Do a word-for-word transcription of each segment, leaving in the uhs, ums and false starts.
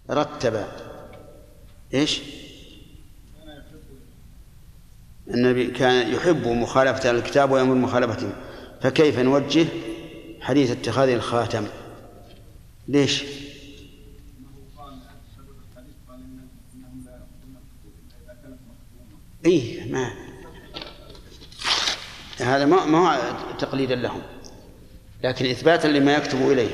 رتب إيش؟ النبي كان يحب مخالفة الكتاب ويأمر مخالفته، فكيف نوجه حديث اتخاذ الخاتم؟ ليش؟ إيه ما هذا ما ما هو تقليدا لهم، لكن إثباتا لما يكتب إليه.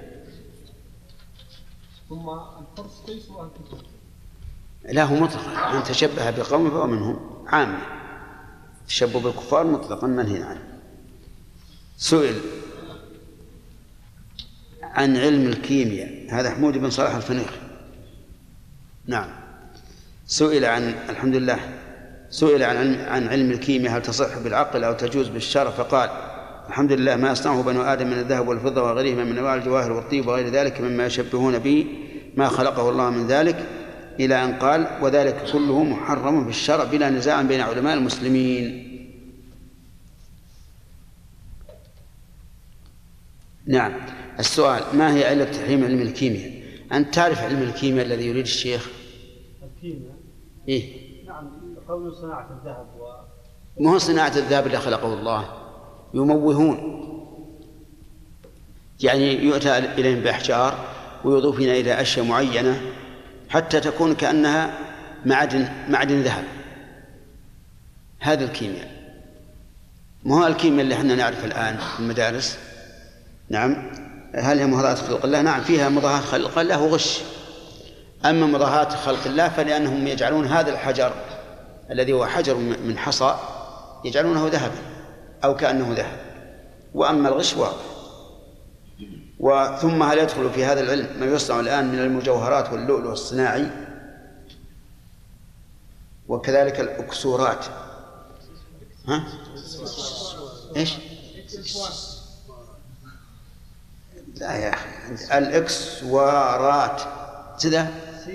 ثم الحرص ليس أن تكتب لا هو مطلق، أن تشبه بقوم فهو منهم عام، تشبه بالكفار مطلقا منهي عنه. سئل عن علم الكيمياء، هذا حمود بن صالح الفنيخ، نعم، سئل عن الحمد لله سئل عن علم, عن علم الكيمياء هل تصح بالعقل أو تجوز بالشرع، فقال الحمد لله ما يصنعه بنو آدم من الذهب والفضة وغيرهما من أنواع الجواهر والطيب وغير ذلك مما يشبهون به ما خلقه الله من ذلك، إلى أن قال وذلك كله محرم في الشرع بلا نزاع بين علماء المسلمين. نعم. السؤال ما هي علة تحريم علم الكيمياء؟ أنت تعرف علم الكيمياء الذي يريد الشيخ؟ الكيمياء إيه؟ نعم، قول صناعة الذهب و... ما هو صناعة الذهب اللي خلقه الله، يموهون، يعني يؤتى إليهم بأحجار ويضيفون إلى أشياء معينة حتى تكون كأنها معدن معدن ذهب. هذا الكيمياء، ما هو الكيمياء اللي احنا نعرف الآن في المدارس. نعم. هل هي مضاهاة خلق الله؟ نعم فيها مضاهاة خلق الله وغش. أما مضاهاة خلق الله فلأنهم يجعلون هذا الحجر الذي هو حجر من حصى يجعلونه ذهبا أو كأنه ذهب، وأما الغش واضح. وثم هل يدخل في هذا العلم ما يصنع الآن من المجوهرات واللؤلؤ الصناعي وكذلك الأكسورات؟ ها؟ إيش؟ لا يا أخي، الإكسوارات كذا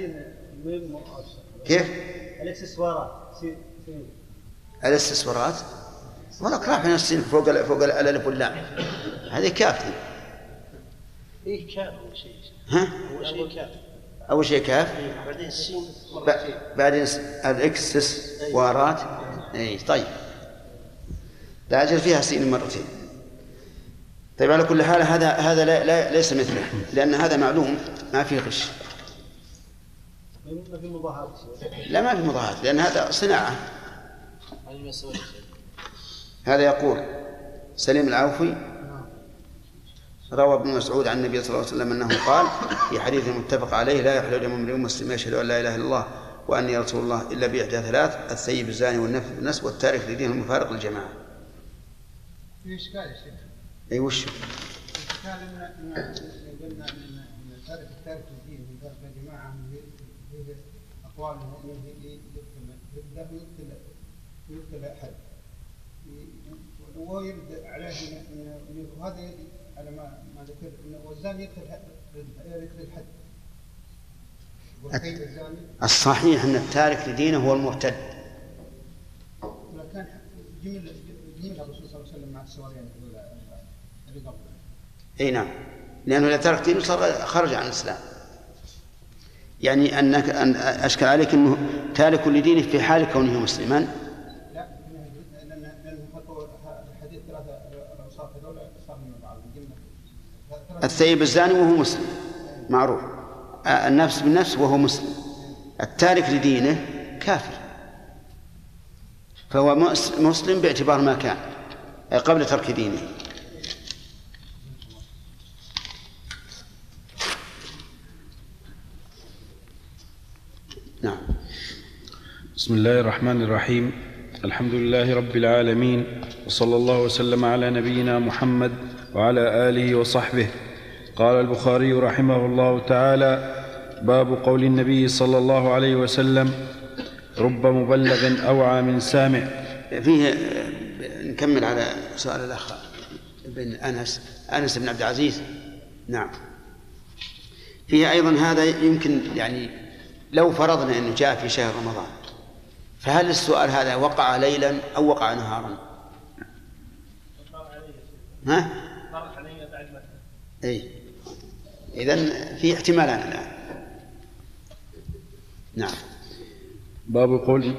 كيف؟ الإكسسوارات الاستسوارات ولا كراف من السين فوق فوق الألف واللام، هذه كاف. إيه كاف أول شيء. ها؟ أول شيء كاف. أول شيء كاف. بعدين السين. بعدين الاكسسوارات. إيه طيب. لا أجل فيها سين مرتين. طيب على كل حال هذا هذا لا, لا ليس مثله، لأن هذا معلوم ما فيه غش. ما في مضاهاة. لا ما في مضاهاة، لأن هذا صناعة. هذا يقول سليم العوفي روى ابن مسعود عن النبي صلى الله عليه وسلم أنه قال في حديث متفق عليه لا يحل دم امرئ مسلم يشهد أن لا إله إلا الله وأني رسول الله إلا بإحدى ثلاث: الثيب الزاني والنفس بالنفس والتارك لدينه المفارق للجماعة. في إشكال يا شيخ. أي وش؟ إشكال إن قلنا إن التارك التارك للدين من ذلك الجماعة فيه أقوال يقتل يقتل يقتل أحد ويرد عليه وهذا على ما ما ذكر انه والزاني يقتل يقتل الحد. الصحيح ان التارك لدينه هو المرتد. لكن جمل جمل الرسول صلى الله عليه وسلم مع السواريين اللي قبل. اي نعم، لانه اذا ترك دينه صار خرج عن الاسلام. يعني انك أن اشكل عليك انه تارك لدينه في حال كونه مسلما. الثيب الزاني وهو مسلم معروف، النفس بالنفس وهو مسلم، التارك لدينه كافر، فهو مسلم باعتبار ما كان قبل ترك دينه. نعم. بسم الله الرحمن الرحيم. الحمد لله رب العالمين، وصلى الله وسلم على نبينا محمد وعلى آله وصحبه. قال البخاري رحمه الله تعالى: باب قول النبي صلى الله عليه وسلم: رب مبلغ أوعى من سامع. فيه نكمل على سؤال الأخ بن أنس أنس بن عبد العزيز. نعم. فيه أيضا هذا يمكن يعني لو فرضنا أنه جاء في شهر رمضان، فهل السؤال هذا وقع ليلا أو وقع نهارا؟ ها؟ أي إذن في احتمالان الآن. نعم. باب قول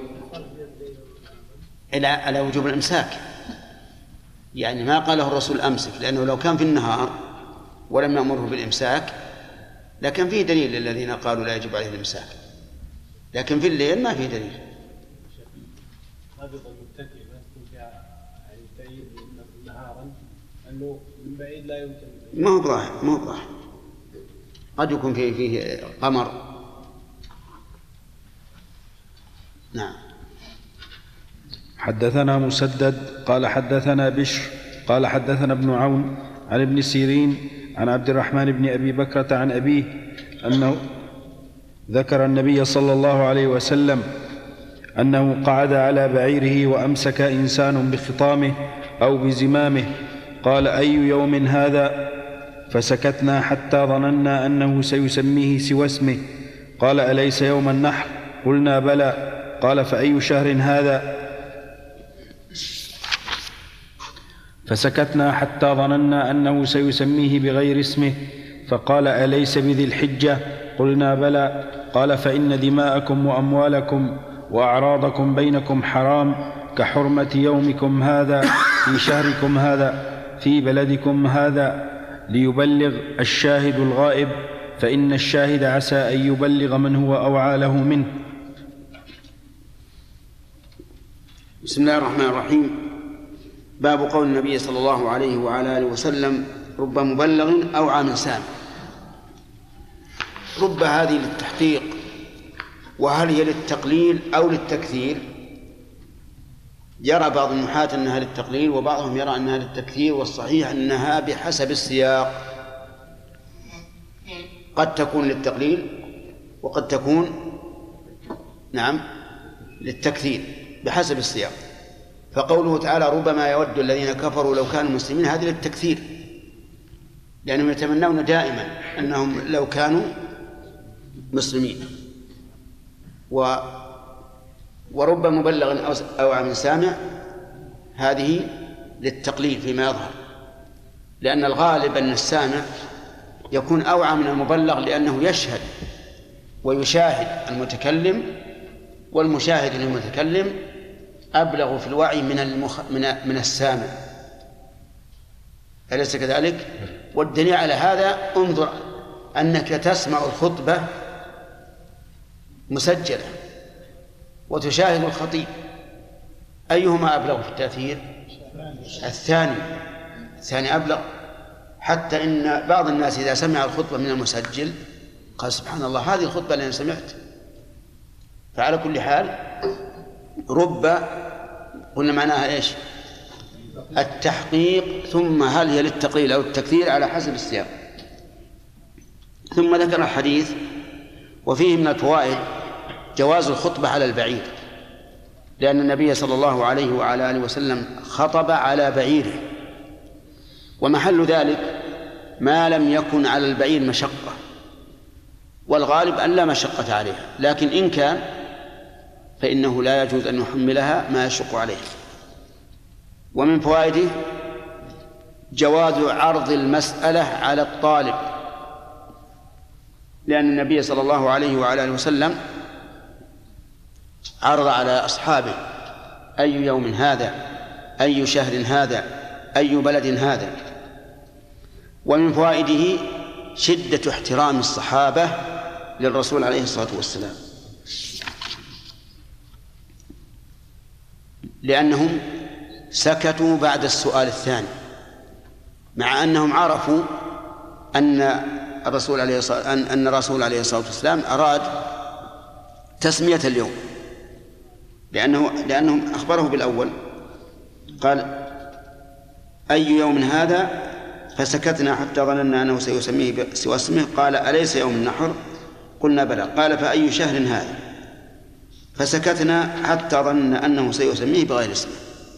إلى على وجوب الإمساك، يعني ما قاله الرسول أمسك، لأنه لو كان في النهار ولم يأمره بالإمساك لكن فيه دليل للذين قالوا لا يجب عليه الإمساك، لكن في الليل ما فيه دليل. قبض المتكئ ما تكون فيها يعني تأييد نهارا أنه من بعيد لا يمكن، ما هو ظاهر، ما هو ظاهر، قد يكون فيه فيه قمر. نعم. حدثنا مسدد قال حدثنا بشر قال حدثنا ابن عون عن ابن سيرين عن عبد الرحمن بن أبي بكرة عن أبيه أنه ذكر النبي صلى الله عليه وسلم أنه قعد على بعيره وأمسك إنسان بخطامه أو بزمامه، قال أي يوم هذا؟ فسكتنا حتى ظننا أنه سيسميه سوى اسمه، قال أليس يوم النحر؟ قلنا بلى، قال فأي شهر هذا؟ فسكتنا حتى ظننا أنه سيسميه بغير اسمه، فقال أليس بذي الحجة؟ قلنا بلى، قال فإن دماءكم وأموالكم وأعراضكم بينكم حرام كحرمة يومكم هذا في شهركم هذا في بلدكم هذا، ليبلغ الشاهد الغائب، فإن الشاهد عسى أن يبلغ من هو أوعى له منه. بسم الله الرحمن الرحيم. باب قول النبي صلى الله عليه وعلى آله وسلم رب مبلغ أوعى من سامع. رب هذه للتحقيق، وهل هي للتقليل أو للتكثير؟ يرى بعض النحاة أنها للتقليل وبعضهم يرى أنها للتكثير، والصحيح أنها بحسب السياق، قد تكون للتقليل وقد تكون نعم للتكثير بحسب السياق. فقوله تعالى ربما يود الذين كفروا لو كانوا مسلمين، هذه للتكثير، لأنهم يتمنون دائما أنهم لو كانوا مسلمين. و ورب مبلغ أوعى من سامع هذه للتقليل فيما يظهر، لأن الغالب أن السامع يكون أوعى من المبلغ، لأنه يشهد ويشاهد المتكلم، والمشاهد للمتكلم أبلغ في الوعي من المخ... من من السامع، أليس كذلك؟ والدليل على هذا انظر أنك تسمع الخطبة مسجلة وتشاهد الخطيب، أيهما أبلغ في التأثير؟ الثاني الثاني أبلغ، حتى إن بعض الناس إذا سمع الخطبة من المسجل قال سبحان الله هذه الخطبة اللي أنا سمعت. فعلى كل حال رب قلنا معناها إيش؟ التحقيق، ثم هل هي للتقليل أو التكثير على حسب السياق. ثم ذكر الحديث وفيه من الفوائد جواز الخطبة على البعير، لأن النبي صلى الله عليه وعلى آله وسلم خطب على بعيره، ومحل ذلك ما لم يكن على البعير مشقة، والغالب أن لا مشقة عليها، لكن إن كان فإنه لا يجوز أن يحملها ما يشق عليه. ومن فوائده جواز عرض المسألة على الطالب، لأن النبي صلى الله عليه وعلى آله وسلم عرض على أصحابه أي يوم هذا، أي شهر هذا، أي بلد هذا. ومن فوائده شدة احترام الصحابة للرسول عليه الصلاة والسلام، لأنهم سكتوا بعد السؤال الثاني، مع أنهم عرفوا أن الرسول عليه الصلاة أن الرسول عليه الصلاة والسلام أراد تسمية اليوم، لأنه لأنهم أخبره بالأول قال أي يوم هذا؟ فسكتنا حتى ظننا أنه سيسميه سوى اسمه، قال أليس يوم النحر؟ قلنا بلى، قال فأي شهر هذا؟ فسكتنا حتى ظننا أنه سيسميه بغير اسمه،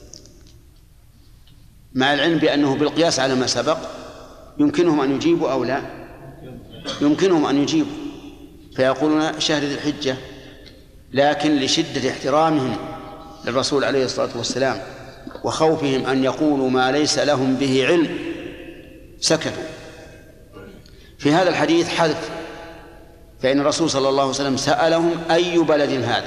مع العلم بأنه بالقياس على ما سبق يمكنهم أن يجيبوا أو لا، يمكنهم أن يجيبوا فيقولون شهر ذي الحجة، لكن لشدة احترامهم للرسول عليه الصلاة والسلام وخوفهم أن يقولوا ما ليس لهم به علم سكتوا. في هذا الحديث حذف فإن الرسول صلى الله عليه وسلم سألهم أي بلد هذا؟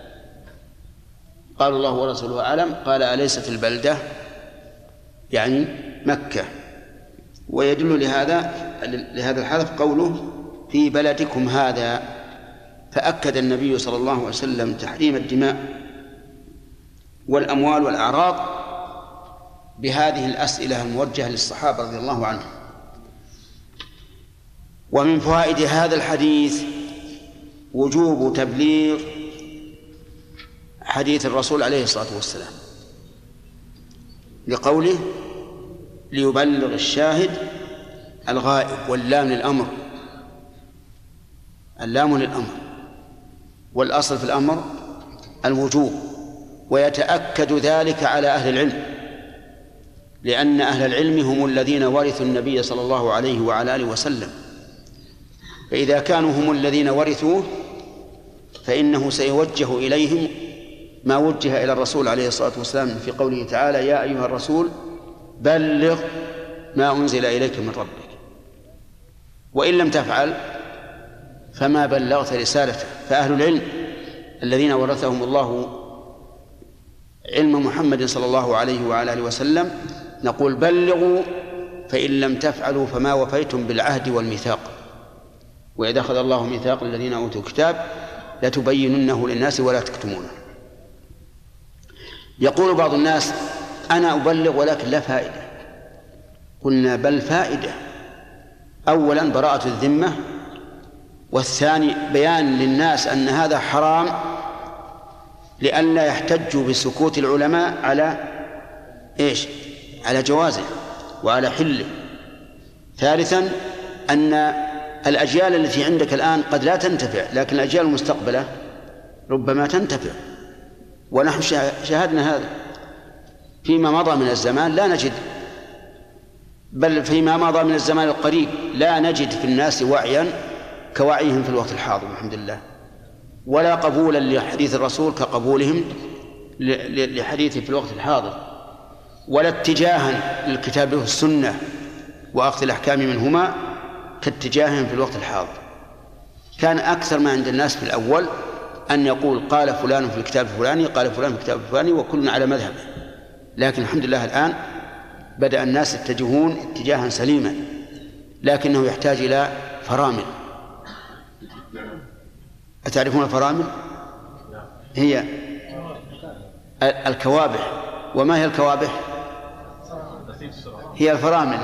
قالوا الله ورسوله أعلم. قال أليست البلدة يعني مكة. ويدل لهذا لهذا الحذف قوله في بلدكم هذا. فأكد النبي صلى الله عليه وسلم تحريم الدماء والأموال والأعراض بهذه الأسئلة الموجهة للصحابة رضي الله عنهم. ومن فوائد هذا الحديث وجوب تبليغ حديث الرسول عليه الصلاة والسلام لقوله ليبلغ الشاهد الغائب، واللام للأمر، اللام للأمر، والأصل في الأمر الوجوب. ويتأكد ذلك على أهل العلم، لأن أهل العلم هم الذين ورثوا النبي صلى الله عليه وعلى آله وسلم، فإذا كانوا هم الذين ورثوه فإنه سيوجه إليهم ما وجه إلى الرسول عليه الصلاة والسلام في قوله تعالى يا أيها الرسول بلغ ما أنزل إليك من ربك، وإن لم تفعل فما بلغت رسالته. فأهل العلم الذين ورثهم الله علم محمد صلى الله عليه وعلى آله وسلم نقول بلغوا، فإن لم تفعلوا فما وفيتم بالعهد والميثاق. وإذا أخذ الله ميثاق الذين أوتوا الكتاب لتبيننه للناس ولا تكتمونه. يقول بعض الناس أنا أبلغ ولكن لا فائدة. قلنا بل فائدة. أولا براءة الذمة، والثاني بيان للناس أن هذا حرام لئلا يحتجوا بسكوت العلماء على إيش؟ على جوازه وعلى حله. ثالثا أن الأجيال التي عندك الآن قد لا تنتفع، لكن الأجيال المستقبلة ربما تنتفع. ونحن شاهدنا هذا فيما مضى من الزمان، لا نجد، بل فيما مضى من الزمان القريب لا نجد في الناس وعيا كوعيهم في الوقت الحاضر الحمد لله، ولا قبولا لحديث الرسول كقبولهم لحديثه في الوقت الحاضر، ولا اتجاها للكتاب والسنة وأخذ الأحكام منهما كاتجاههم في الوقت الحاضر. كان أكثر ما عند الناس في الأول أن يقول قال فلان في الكتاب الفلاني قال فلان في الكتاب الفلاني وكلنا على مذهبه، لكن الحمد لله الآن بدأ الناس يتجهون اتجاها سليما، لكنه يحتاج إلى فرامل. أتعرفون الفرامل؟ هي الكوابح. وما هي الكوابح؟ هي الفرامل،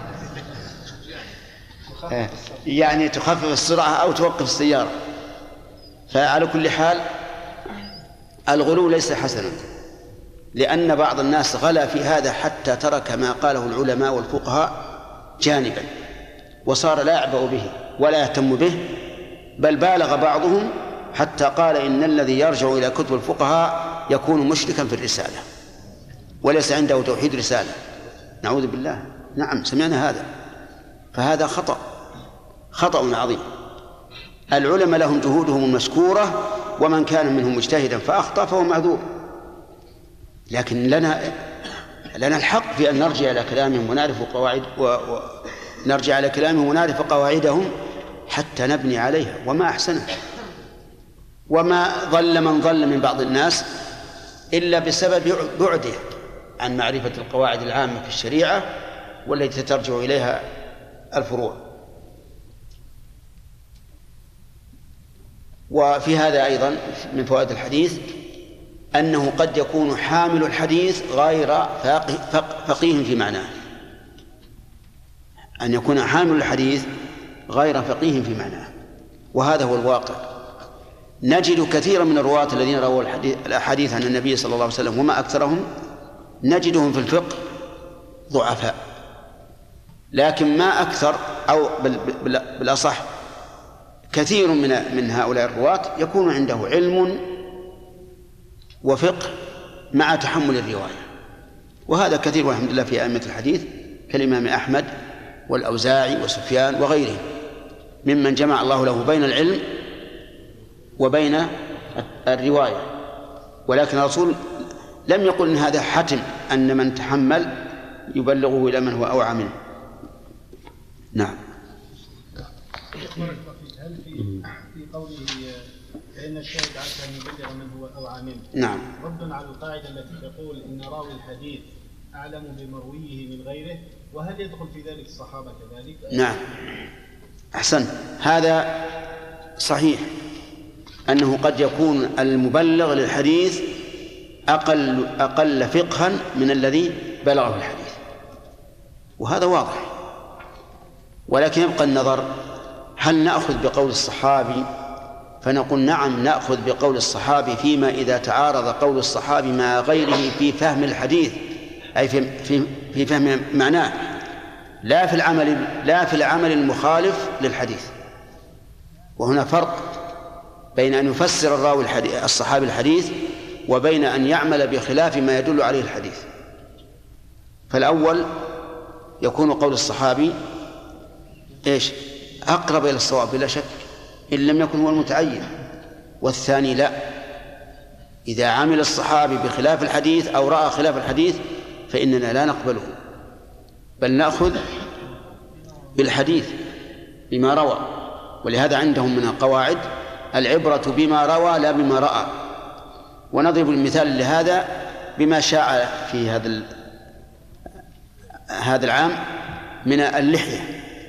يعني تخفف السرعة أو توقف السيارة. فعلى كل حال الغلو ليس حسنا، لأن بعض الناس غلا في هذا حتى ترك ما قاله العلماء والفقهاء جانبا وصار لا يعبأ به ولا يهتم به، بل بالغ بعضهم حتى قال إن الذي يرجع إلى كتب الفقهاء يكون مشركا في الرسالة وليس عنده توحيد رسالة. نعوذ بالله. نعم سمعنا هذا. فهذا خطأ خطأ عظيم. العلماء لهم جهودهم المشكورة، ومن كان منهم مجتهدا فأخطأ فهو معذور، لكن لنا لنا الحق في أن نرجع إلى كلامهم ونعرف قواعد ونرجع إلى كلامهم ونعرف قواعدهم حتى نبني عليها، وما أحسنه. وما ضل من ضل من بعض الناس إلا بسبب بعده عن معرفة القواعد العامة في الشريعة والتي ترجع إليها الفروع. وفي هذا أيضا من فوائد الحديث أنه قد يكون حامل الحديث غير فقيه في معناه، أن يكون حامل الحديث غير فقيه في معناه، وهذا هو الواقع. نجد كثيرا من الرواة الذين رووا الأحاديث عن النبي صلى الله عليه وسلم وما أكثرهم نجدهم في الفقه ضعفاء، لكن ما أكثر أو بالأصح كثير من من هؤلاء الرواة يكون عنده علم وفقه مع تحمل الرواية، وهذا كثير والحمد لله في أئمة الحديث كالإمام أحمد والأوزاعي وسفيان وغيرهم ممن جمع الله له بين العلم وبين الرواية. ولكن الرسول لم يقل إن هذا حتم أن من تحمل يبلغه إلى من هو أوعى منه. نعم. هل في في قوله فإن الشاهد عنك أن يبلغ من هو أو عامل نعم رد على القاعدة التي تقول إن راوي الحديث أعلم بمرويه من غيره، وهل يدخل في ذلك الصحابة كذلك؟ نعم أحسن، هذا صحيح أنه قد يكون المبلغ للحديث أقل أقل فقها من الذي بلغه الحديث، وهذا واضح. ولكن يبقى النظر، هل نأخذ بقول الصحابي فنقول نعم نأخذ بقول الصحابي فيما إذا تعارض قول الصحابي مع غيره في فهم الحديث، أي في في في فهم معناه، لا في العمل لا في العمل المخالف للحديث. وهنا فرق بين أن يفسر الراوي الحديث الصحابي الحديث وبين أن يعمل بخلاف ما يدل عليه الحديث. فالأول يكون قول الصحابي إيش أقرب إلى الصواب بلا شك إن لم يكن هو المتعين، والثاني لا، إذا عمل الصحابي بخلاف الحديث أو رأى خلاف الحديث فإننا لا نقبله، بل نأخذ بالحديث بما روى. ولهذا عندهم من القواعد العبرة بما روى لا بما رأى. ونضرب المثال لهذا بما شاع في هذا هذا العام من اللحية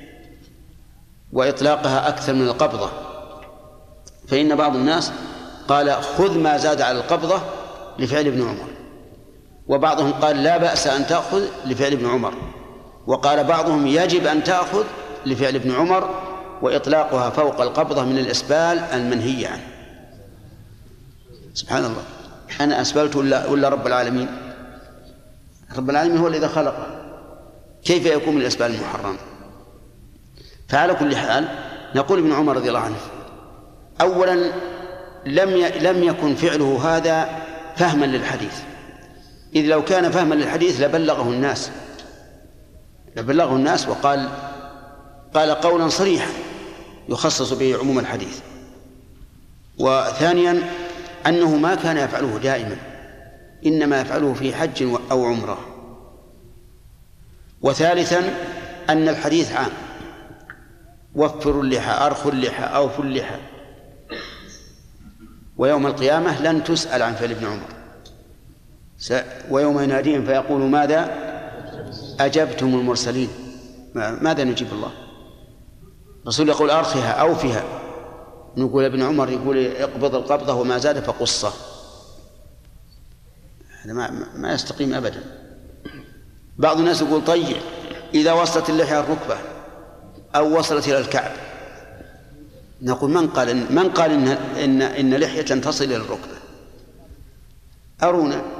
وإطلاقها أكثر من القبضة، فإن بعض الناس قال خذ ما زاد على القبضة لفعل ابن عمر، وبعضهم قال لا بأس أن تأخذ لفعل ابن عمر، وقال بعضهم يجب أن تأخذ لفعل ابن عمر، وإطلاقها فوق القبضة من الإسبال المنهي عنه. سبحان الله، أنا أسبلت ولا, ولا رب العالمين؟ رب العالمين هو الذي خلقه، كيف يكون من الإسبال المحرم؟ فعلى كل حال نقول ابن عمر رضي الله عنه أولا لم لم يكن فعله هذا فهما للحديث، إذ لو كان فهما للحديث لبلغه الناس لبلغه الناس وقال قال قولا صريحا يخصص به عموم الحديث. وثانيا أنه ما كان يفعله دائما، إنما يفعله في حج أو عمرة. وثالثا أن الحديث عام، وفروا اللحى، أرخوا اللحى، أوفوا اللحى، ويوم القيامة لن تسأل عن فعل ابن عمر. ويوم يناديهم فيقول ماذا أجبتم المرسلين، ماذا نجيب الله؟ الرسول يقول أرخها أوفها، نقول ابن عمر يقول اقبض القبضة وما زاد فقصه. هذا ما, ما يستقيم أبدا. بعض الناس يقول طيب إذا وصلت اللحية الركبة أو وصلت إلى الكعب، نقول من قال إن, من قال إن, إن, إن لحية تصل إلى الركبة؟ أرونا.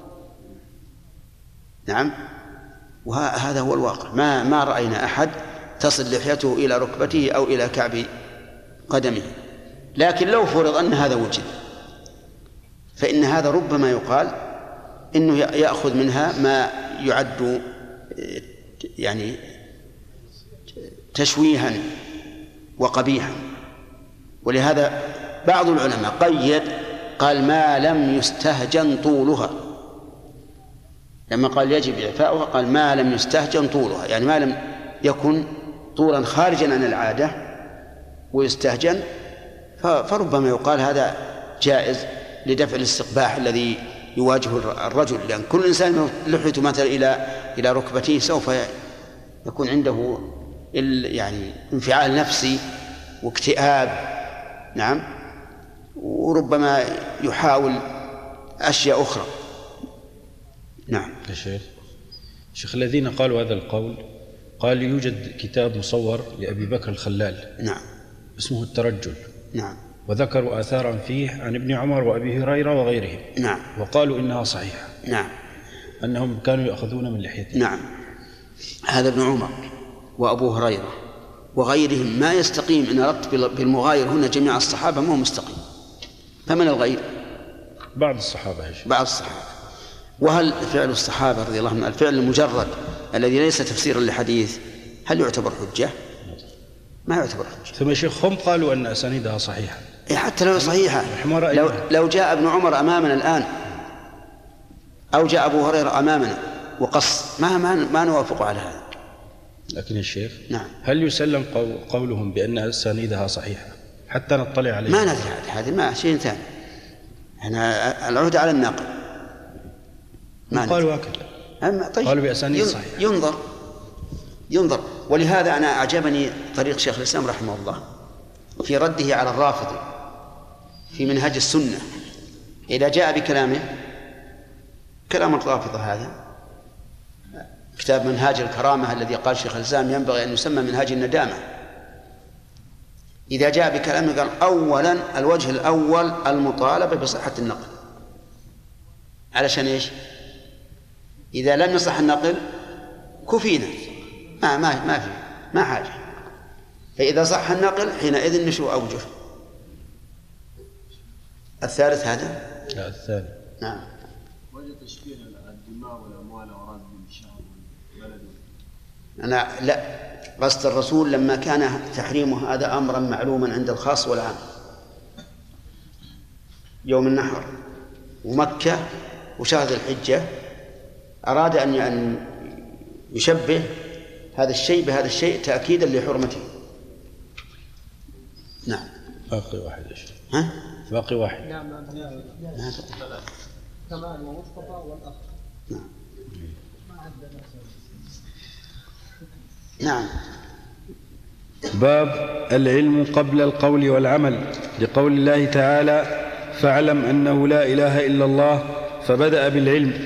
نعم، وهذا هو الواقع، ما ما رأينا أحد تصل لحيته إلى ركبته أو إلى كعب قدمه. لكن لو فرض أن هذا وجد فإن هذا ربما يقال إنه يأخذ منها ما يعد يعني تشويها وقبيحا. ولهذا بعض العلماء قيد قال ما لم يستهجن طولها، لما قال يجب إعفاؤها قال ما لم يستهجن طولها، يعني ما لم يكن طولا خارجا عن العادة ويستهجن، فربما يقال هذا جائز لدفع الاستقباح الذي يواجه الرجل، لأن كل إنسان لحيته مثلا إلى إلى ركبته سوف يكون عنده يعني انفعال نفسي واكتئاب. نعم، وربما يحاول أشياء أخرى. نعم يا شيخ. شيخ الذين قالوا هذا القول قال يوجد كتاب مصور لأبي بكر الخلال نعم اسمه الترجل، نعم، وذكروا آثارا فيه عن ابن عمر وأبي هريرة وغيرهم، نعم، وقالوا إنها صحيحة، نعم، أنهم كانوا يأخذون من لحيتهم. نعم، هذا ابن عمر وأبو هريرة وغيرهم ما يستقيم إن أردت بالمغاير هنا جميع الصحابة ما هو مستقيم. فمن الغير؟ بعض الصحابة هشي. بعض الصحابة. وهل فعل الصحابة رضي الله عنهم الفعل المجرد الذي ليس تفسيرا لحديث هل يعتبر حجة؟ ما يعتبر حجة. ثم شيخ هم قالوا أن أسانيدها صحيحة. إيه حتى لو صحيحة، لو, لو جاء ابن عمر أمامنا الآن أو جاء أبو هريرة أمامنا وقص ما ما, ما نوافق على هذا. لكن الشيخ نعم. هل يسلم قولهم بأن أسانيدها صحيحة حتى نطلع عليها؟ ما ندري، هذه ما شيء ثاني، احنا العهد على الناقل. ما قالوا هكذا، طيب قالوا بأسانيد صحيحة. ينظر ينظر ولهذا أنا أعجبني طريق شيخ الإسلام رحمه الله في رده على الرافضي في منهج السنة. إذا جاء بكلامه كلام الرافضة، هذا كتاب منهاج الكرامة الذي قال شيخ الإسلام ينبغي أن يسمى منهاج الندامة. إذا جاء بكلامه قال أولا الوجه الأول المطالبة بصحة النقل، علشان إيش؟ إذا لم يصح النقل كفينا، ما ما ما في ما حاجة، فإذا صح النقل حينئذ نشوء أوجه. الثالث هذا؟ لا الثاني. نعم. وجد تشبيه الدماء والأموال أوراد بالشهر والبلد. أنا لا، قصد الرسول لما كان تحريمه هذا أمرا معلوما عند الخاص والعام، يوم النحر ومكة وشهر الحجة، أراد أن يشبه هذا الشيء بهذا الشيء تأكيدا لحرمته. نعم. باقي واحد يا شيخ. ها؟ باقي واحد. نعم نعم نعم. كمال ومصطفى والأخ. نعم. نعم. باب العلم قبل القول والعمل، لقول الله تعالى: فاعلم أنه لا إله إلا الله، فبدأ بالعلم،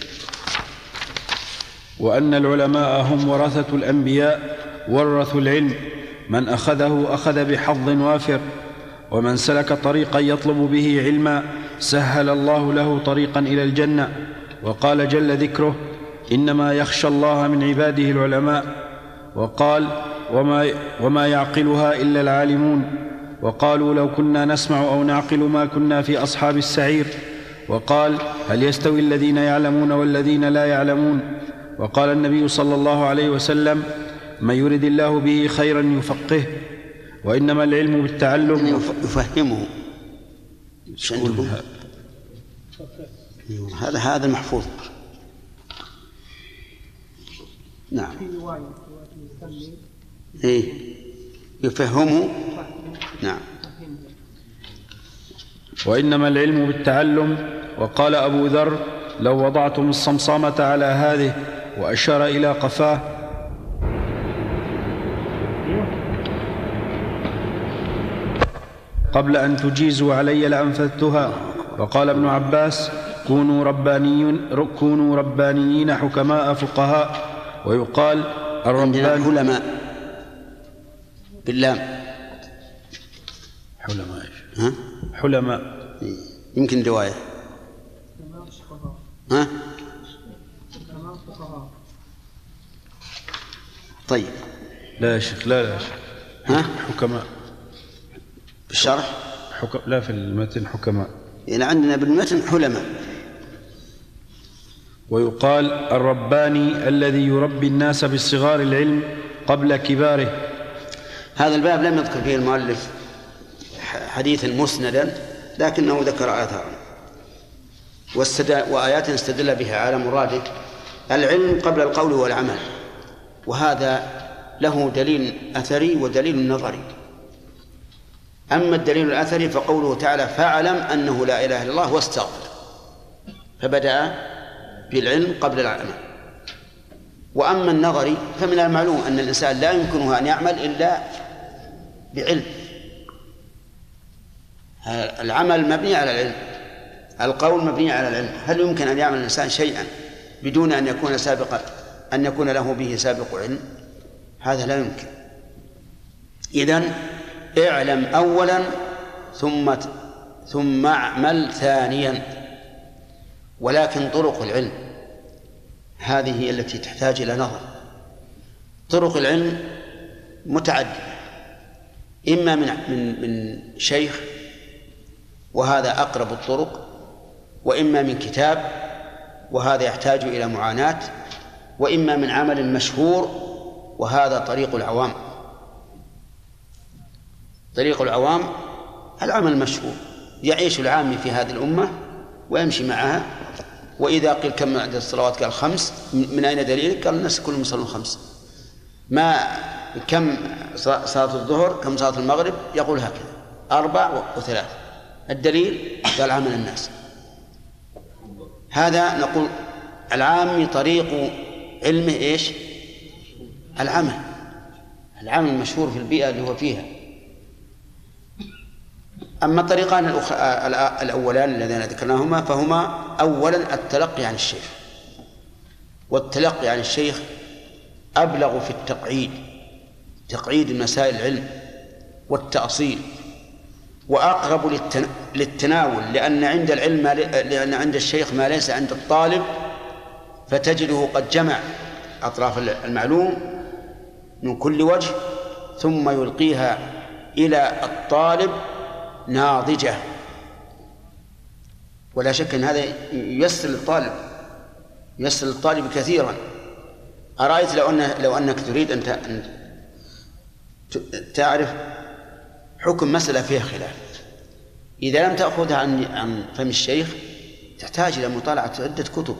وأن العلماء هم ورثة الأنبياء ورثوا العلم، من أخذه أخذ بحظ وافر، ومن سلك طريقا يطلب به علما سهل الله له طريقا إلى الجنة. وقال جل ذكره: إنما يخشى الله من عباده العلماء. وقال: وما, وما يعقلها إلا العالمون. وقالوا: لو كنا نسمع أو نعقل ما كنا في أصحاب السعير. وقال: هل يستوي الذين يعلمون والذين لا يعلمون. وقال النبي صلى الله عليه وسلم: من يرد الله به خيرا يفقهه. وإنما العلم بالتعلم. يفهمه. هذا هذا المحفوظ. نعم. إيه يفهمه. نعم. وإنما العلم بالتعلم. وقال أبو ذر: لو وضعتم الصمصامة على هذه، وأشار إلى قفاه، قبل أن تجيزوا علي لأنفذتها. وقال ابن عباس: كونوا ربانيين, كونوا ربانيين حكماء فقهاء. ويقال الربان حلماء باللام. حلماء. ها؟ حلماء يمكن رواية. ها؟ طيب. لا يا شيخ، لا لا ها؟ حكماء بالشرح. حكم... لا في المتن حكماء. يعني عندنا بالمتن حلماء. ويقال الرباني الذي يربي الناس بالصغار العلم قبل كباره. هذا الباب لم يذكر فيه المؤلف حديثا مسندا، لكنه ذكر آثارا وآيات استدل بها على مراده العلم قبل القول والعمل، وهذا له دليل أثري ودليل نظري. أما الدليل الأثري فقوله تعالى: فاعلم أنه لا إله إلا الله واستغفر، فبدأ بالعلم قبل العمل. وأما النظري فمن المعلوم أن الإنسان لا يمكنه أن يعمل إلا بعلم. العمل مبني على العلم، القول مبني على العلم. هل يمكن أن يعمل الإنسان شيئا بدون أن يكون سابقا أن يكون له به سابق علم؟ هذا لا يمكن. إذن اعلم أولا ثم ثم اعمل ثانيا. ولكن طرق العلم هذه هي التي تحتاج إلى نظر. طرق العلم متعددة، إما من من من شيخ وهذا أقرب الطرق، وإما من كتاب وهذا يحتاج إلى معاناة، وإما من عمل مشهور وهذا طريق العوام. طريق العوام العمل المشهور، يعيش العامي في هذه الأمة ويمشي معها، وإذا قيل كم عدد الصلوات قال خمس، من أين دليلك؟ قال الناس كلهم يصلون خمس. ما كم صلاة الظهر كم صلاة المغرب، يقول هكذا أربع وثلاث. الدليل قال عمل الناس. هذا نقول العام طريق علمه إيش؟ العمل، العمل المشهور في البيئة اللي هو فيها. أما الطريقان الأولان الذين ذكرناهما فهما أولا التلقي عن الشيخ، والتلقي عن الشيخ أبلغ في التقعيد، تقعيد مسائل العلم والتأصيل، وأقرب للتناول، لأن عند العلم لأن عند الشيخ ما ليس عند الطالب، فتجده قد جمع أطراف المعلوم من كل وجه ثم يلقيها إلى الطالب ناضجة. ولا شك أن هذا ييسر للطالب ييسر للطالب كثيرا. أرأيت لو أن لو أنك تريد أن تعرف حكم مسألة فيها خلاف، إذا لم تأخذها عن عن فم الشيخ تحتاج إلى مطالعة عدة كتب،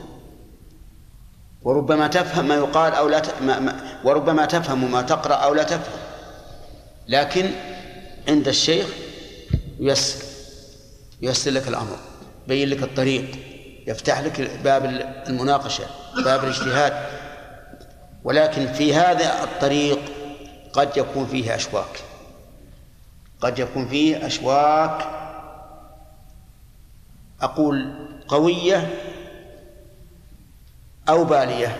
وربما تفهم ما يقال أو لا ت... ما... ما... وربما تفهم ما تقرأ أو لا تفهم، لكن عند الشيخ ييسر ييسر لك الأمر، يبين لك الطريق، يفتح لك باب المناقشة، باب الاجتهاد. ولكن في هذا الطريق قد يكون فيه أشواك، قد يكون فيه أشواك أقول قوية أو بالية.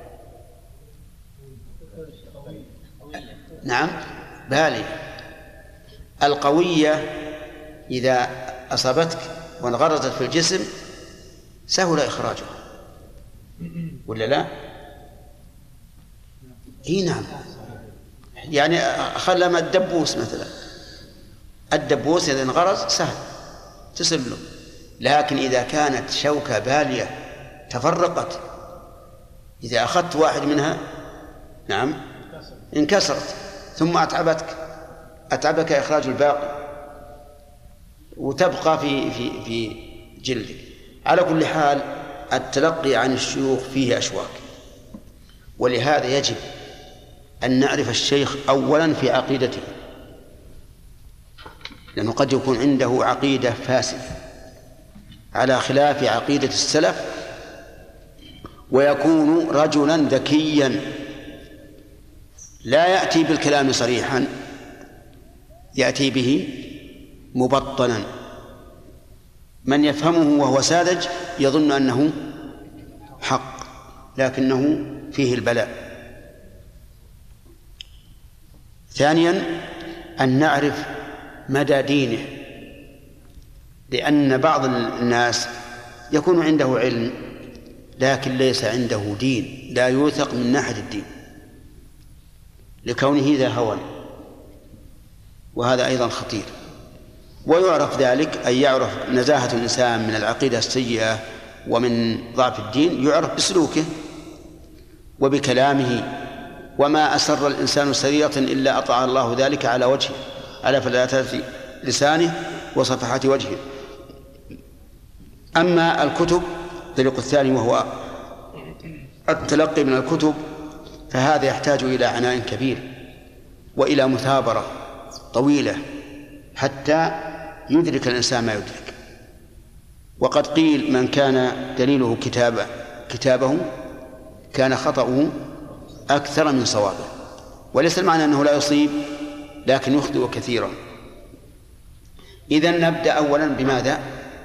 نعم بالية. القوية إذا أصابتك وانغرزت في الجسم سهل إخراجها، ولا لا؟ إيه نعم. يعني خلما الدبوس مثلا، الدبوس إذا انغرز سهل تسلم، لكن إذا كانت شوكة بالية تفرقت، إذا أخذت واحد منها نعم انكسرت، ثم أتعبتك أتعبك إخراج الباقي وتبقى في في في جلدك. على كل حال التلقي عن الشيوخ فيه أشواك، ولهذا يجب أن نعرف الشيخ أولا في عقيدته، لأنه قد يكون عنده عقيدة فاسدة على خلاف عقيدة السلف، ويكون رجلا ذكيا لا يأتي بالكلام صريحا، يأتي به مبطنا، من يفهمه وهو ساذج يظن أنه حق لكنه فيه البلاء. ثانيا أن نعرف مدى دينه، لأن بعض الناس يكون عنده علم لكن ليس عنده دين، لا يوثق من ناحية الدين لكونه ذا هوى، وهذا أيضا خطير. ويعرف ذلك أن يعرف نزاهة الإنسان من العقيدة السيئة ومن ضعف الدين يعرف بسلوكه وبكلامه، وما أسر الإنسان سريرة إلا أطاع الله ذلك على وجهه، على فلاتة لسانه وصفحات وجهه. أما الكتب الطريق الثاني وهو التلقي من الكتب، فهذا يحتاج إلى عناء كبير وإلى مثابرة طويلة حتى يدرك الإنسان ما يدرك. وقد قيل من كان دليله كتابه كتابه كان خطأه أكثر من صوابه، وليس المعنى أنه لا يصيب لكن يخطئ كثيرا. إذن نبدأ أولا بماذا؟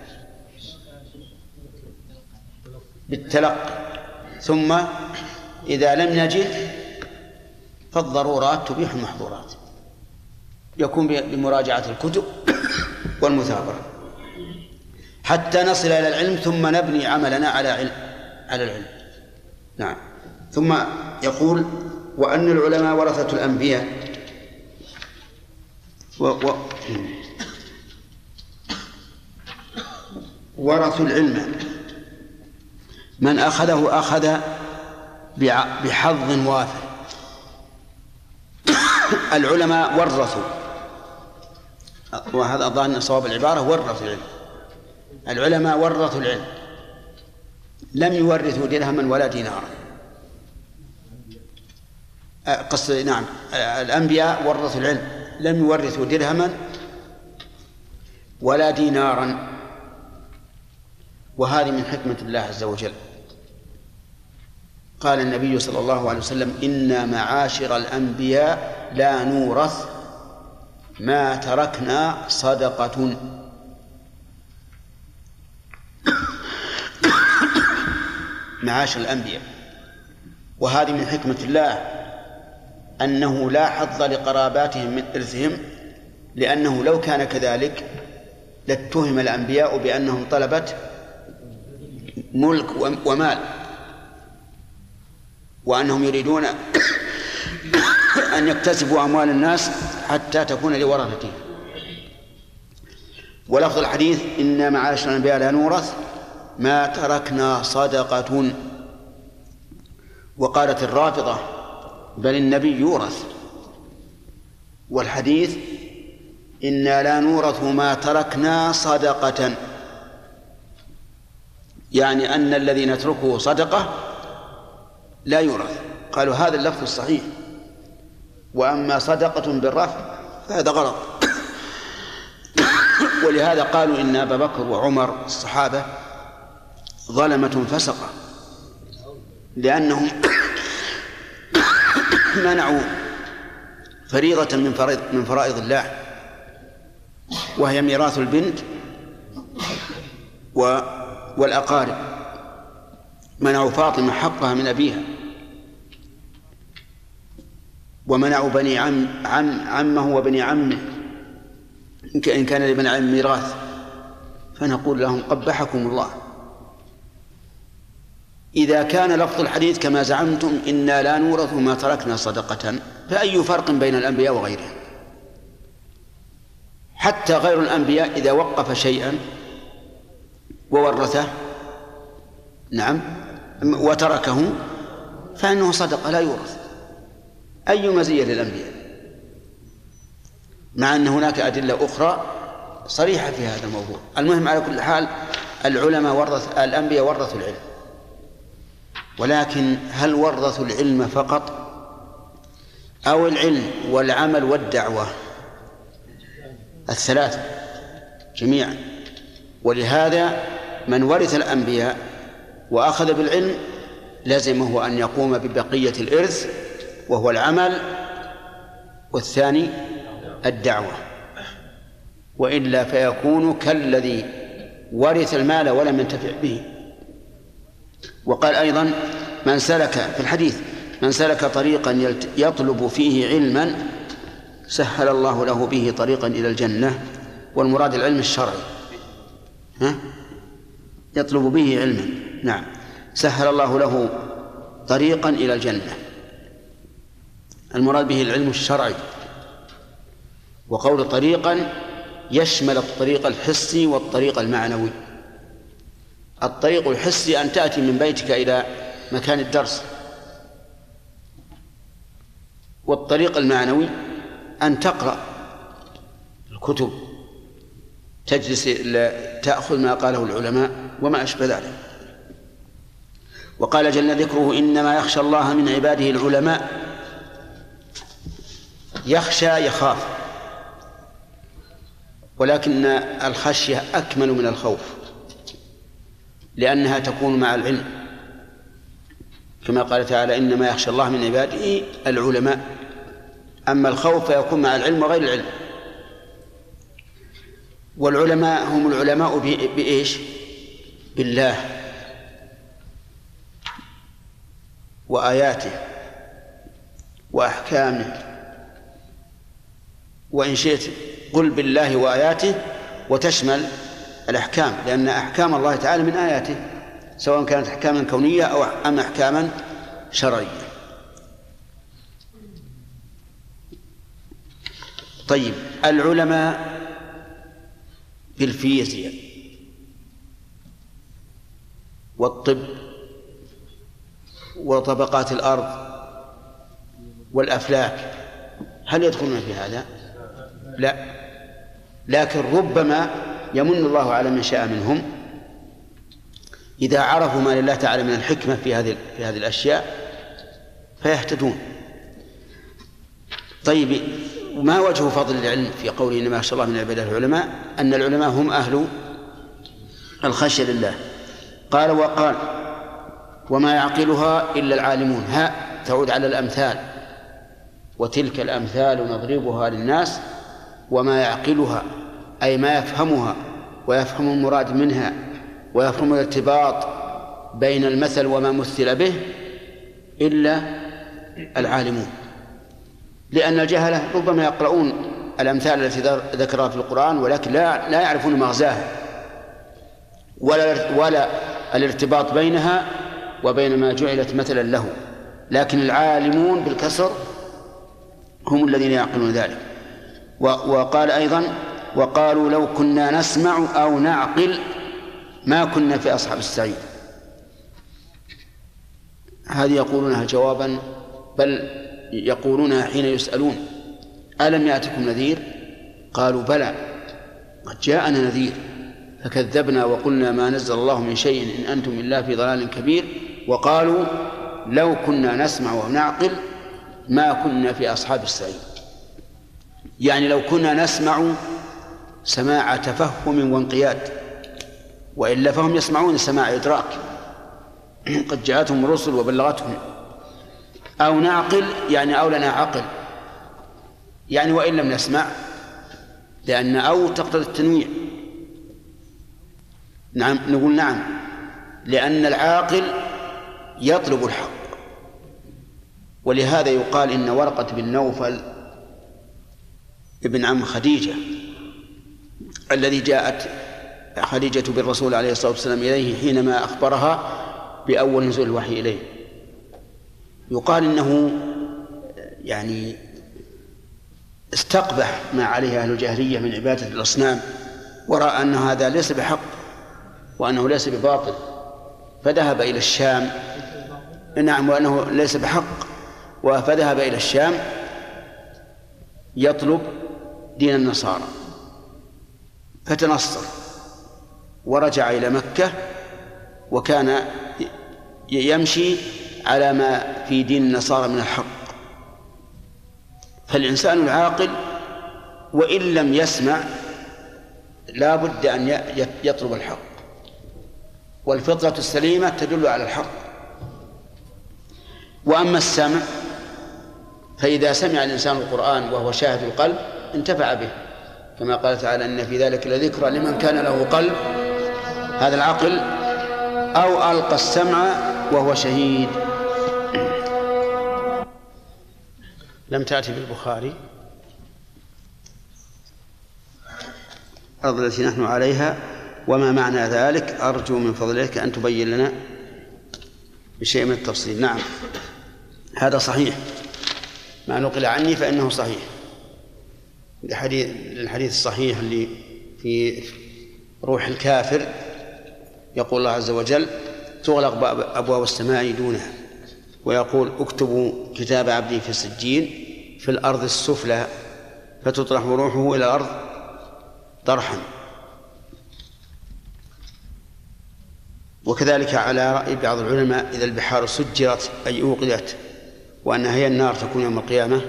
بالتلقي، ثم إذا لم نجد فالضرورات تبيح المحظورات، يكون بمراجعة الكتب والمثابرة حتى نصل إلى العلم، ثم نبني عملنا على علم على العلم. نعم. ثم يقول وأن العلماء ورثة الأنبياء و... و... ورثوا العلم، من أخذه أخذ بحظ وافر. العلماء ورثوا، وهذا أظن صواب العبارة، ورثوا العلم. العلماء ورثوا العلم، لم يورثوا درهما ولا دينارا. قصد نعم الأنبياء ورثوا العلم، لم يورثوا درهما ولا دينارا، وهذه من حكمة الله عز وجل. قال النبي صلى الله عليه وسلم: إنا معاشر الأنبياء لا نورث ما تركنا صدقة. معاشر الأنبياء، وهذه من حكمة الله أنه لا حظ لقراباتهم من إرثهم، لأنه لو كان كذلك لاتهم الأنبياء بأنهم طلبة ملك ومال، وأنهم يريدون أن يكتسبوا أموال الناس حتى تكون لورثتهم. ولفظ الحديث: إن معاشر الأنبياء لا نورث ما تركنا صدقة. وقالت الرافضة: بل النبي يورث. والحديث: إنا لا نورث ما تركنا صدقة، يعني أن الذي نتركه صدقة لا يورث. قالوا هذا اللفظ الصحيح، وأما صدقة بالرفع فهذا غلط. ولهذا قالوا إن أبا بكر وعمر الصحابة ظلمة فسقة، لأنهم منعوا فريضة من فرائض من فرائض الله، وهي ميراث البنت والأقارب. منعوا فاطمة حقها من أبيها، ومنعوا بني عم عم عمه وبني عمه إن كان لبني عم ميراث، فنقول لهم: قبحكم الله. إذا كان لفظ الحديث كما زعمتم إنا لا نورث ما تركنا صدقة، فأي فرق بين الأنبياء وغيرهم؟ حتى غير الأنبياء إذا وقف شيئا وورثه نعم وتركه فإنه صدقة لا يورث. أي مزية للأنبياء، مع أن هناك أدلة أخرى صريحة في هذا الموضوع. المهم على كل حال العلماء ورث الأنبياء ورثوا العلم، ولكن هل ورثوا العلم فقط أو العلم والعمل والدعوة؟ الثلاثة جميعا. ولهذا من ورث الأنبياء وأخذ بالعلم لازمه أن يقوم ببقية الإرث، وهو العمل، والثاني الدعوة، وإلا فيكون كالذي ورث المال ولم ينتفع به. وقال أيضا: من سلك في الحديث من سلك طريقا يطلب فيه علما سهل الله له به طريقا إلى الجنة. والمراد العلم الشرعي، ها؟ يطلب به علما، نعم، سهل الله له طريقا إلى الجنة. المراد به العلم الشرعي. وقول طريقا يشمل الطريق الحسي والطريق المعنوي. الطريق الحسي أن تأتي من بيتك إلى مكان الدرس، والطريق المعنوي أن تقرأ الكتب، تجلس تأخذ ما قاله العلماء وما أشبه ذلك. وقال جل ذكره: إنما يخشى الله من عباده العلماء. يخشى يخاف، ولكن الخشية أكمل من الخوف، لأنها تكون مع العلم، كما قال تعالى: إنما يخشى الله من عباده العلماء. أما الخوف فيكون مع العلم وغير العلم. والعلماء هم العلماء بإيش؟ بالله وآياته وأحكامه. وإن شئت قل بالله وآياته وتشمل الأحكام، لأن أحكام الله تعالى من آياته، سواء كانت أحكاما كونية أو أم أحكاما شرعية. طيب، العلماء في الفيزياء والطب وطبقات الأرض والأفلاك هل يدخلون في هذا؟ لا، لكن ربما يمن الله على من شاء منهم إذا عرفوا ما لله تعالى من الحكمة في هذه في هذه الأشياء فيهتدون. طيب، وما وجه فضل العلم في قوله إنما يخشى الله من عباده العلماء؟ أن العلماء هم أهل الخشية لله. قال وقال وما يعقلها إلا العالمون. ها تعود على الأمثال، وتلك الأمثال نضربها للناس وما يعقلها أي ما يفهمها ويفهم المراد منها ويفهم الارتباط بين المثل وما مثل به إلا العالمون، لأن الجهلة ربما يقرؤون الأمثال التي ذكرها في القرآن ولكن لا لا يعرفون مغزاها ولا ولا الارتباط بينها وبين ما جعلت مثلا له، لكن العالمون بالكسر هم الذين يعقلون ذلك. وقال أيضا وقالوا لو كنا نسمع أو نعقل ما كنا في أصحاب السعير. هذه يقولونها جوابا، بل يقولونها حين يسألون ألم يأتكم نذير؟ قالوا بلى قد جاءنا نذير فكذبنا وقلنا ما نزل الله من شيء إن أنتم إلا في ضلال كبير. وقالوا لو كنا نسمع ونعقل ما كنا في أصحاب السعير، يعني لو كنا نسمع سماع تفهم وانقياد، وإلا فهم يسمعون سماع إدراك قد جاءتهم الرسل وبلغتهم. أو نعقل يعني أو لنا عقل، يعني وإن لم نسمع، لأن أو تقتضي التنويع. نعم نقول نعم، لأن العاقل يطلب الحق. ولهذا يقال إن ورقة بن نوفل ابن عم خديجة الذي جاءت خديجة بالرسول عليه الصلاة والسلام إليه حينما أخبرها بأول نزول الوحي إليه، يقال إنه يعني استقبح ما عليه أهل الجاهلية من عبادة الأصنام، ورأى أن هذا ليس بحق وأنه ليس بباطل، فذهب إلى الشام. نعم، وأنه ليس بحق، فذهب إلى الشام يطلب دين النصارى فتنصر ورجع إلى مكة، وكان يمشي على ما في دين النصارى من الحق. فالإنسان العاقل وإن لم يسمع لا بد أن يطلب الحق، والفطرة السليمة تدل على الحق. وأما السمع فإذا سمع الإنسان القرآن وهو شاهد القلب انتفع به، كما قال تعالى إن في ذلك لذكرى لمن كان له قلب، هذا العقل، أو ألقى السمع وهو شهيد. لم تأتي بالبخاري الأرض التي نحن عليها وما معنى ذلك، أرجو من فضلك أن تبين لنا بشيء من التفصيل. نعم هذا صحيح، ما نقل عني فإنه صحيح. الحديث الصحيح اللي في روح الكافر يقول الله عز وجل تغلق أبواب السماء دونها، ويقول اكتبوا كتاب عبدي في سجين في الأرض السفلى فتطرح روحه إلى الأرض طرحا. وكذلك على رأي بعض العلماء إذا البحار سجرت أي أوقدت وأنها هي النار تكون يوم القيامة.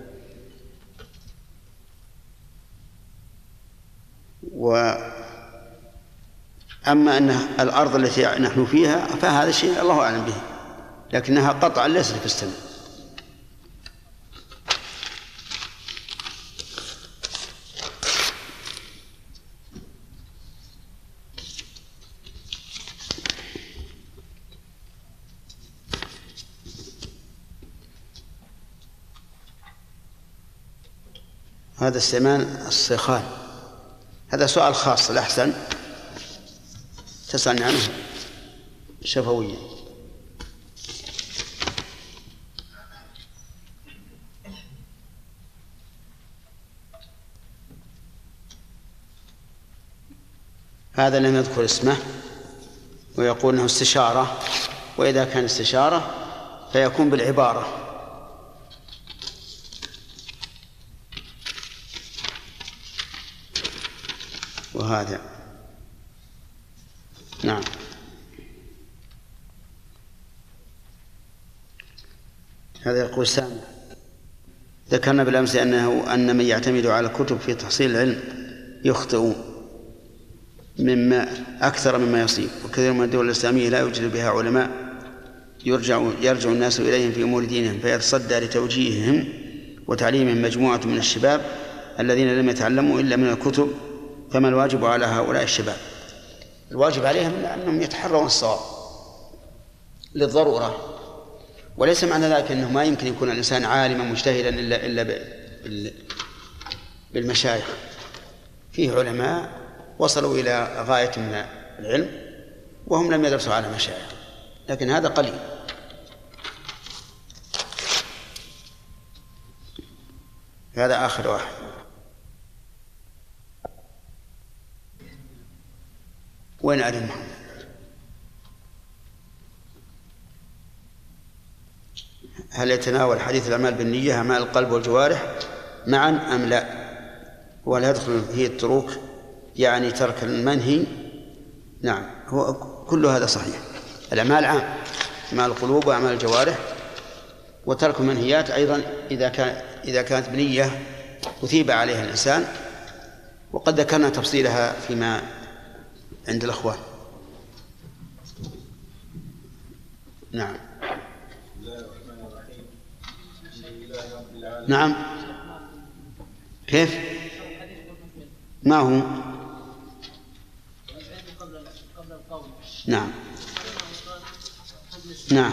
وأما أن الأرض التي نحن فيها فهذا الشيء الله أعلم به، لكنها قطعا ليست في السماء. هذا السمان الصيخان، هذا سؤال خاص الأحسن تسألني عنه شفويا. هذا لم يذكر اسمه ويقول انه استشارة، وإذا كان استشارة فيكون بالعبارة. وهذا نعم. هذا يقول سامع ذكرنا بالأمس أنه أن من يعتمد على الكتب في تحصيل العلم يخطئ مما أكثر مما يصيب، وكثير من الدول الإسلامية لا يوجد بها علماء يرجع يرجع الناس إليهم في أمور دينهم، فيتصدى لتوجيههم وتعليمهم مجموعة من الشباب الذين لم يتعلموا إلا من الكتب. فما الواجب على هؤلاء الشباب؟ الواجب عليهم أنهم يتحرون الصواب للضرورة، وليس معنى ذلك أنه ما يمكن يكون الإنسان عالما مجتهدا إلا إلا بالمشايخ. فيه علماء وصلوا إلى غاية من العلم وهم لم يدرسوا على مشايخ، لكن هذا قليل. هذا آخر واحد. وين علي محمد؟ هل يتناول حديث الأعمال بالنية أعمال القلب والجوارح معا أم لا؟ وهل يدخل فيه التروك يعني ترك المنهي؟ نعم، هو كل هذا صحيح. الأعمال عام، أعمال القلوب وأعمال الجوارح، وترك المنهيات أيضا إذا كان إذا كانت بنية أثيب عليها الإنسان، وقد ذكرنا تفصيلها فيما عند الأخوان. نعم. نعم. كيف؟ ما هو؟ نعم. نعم.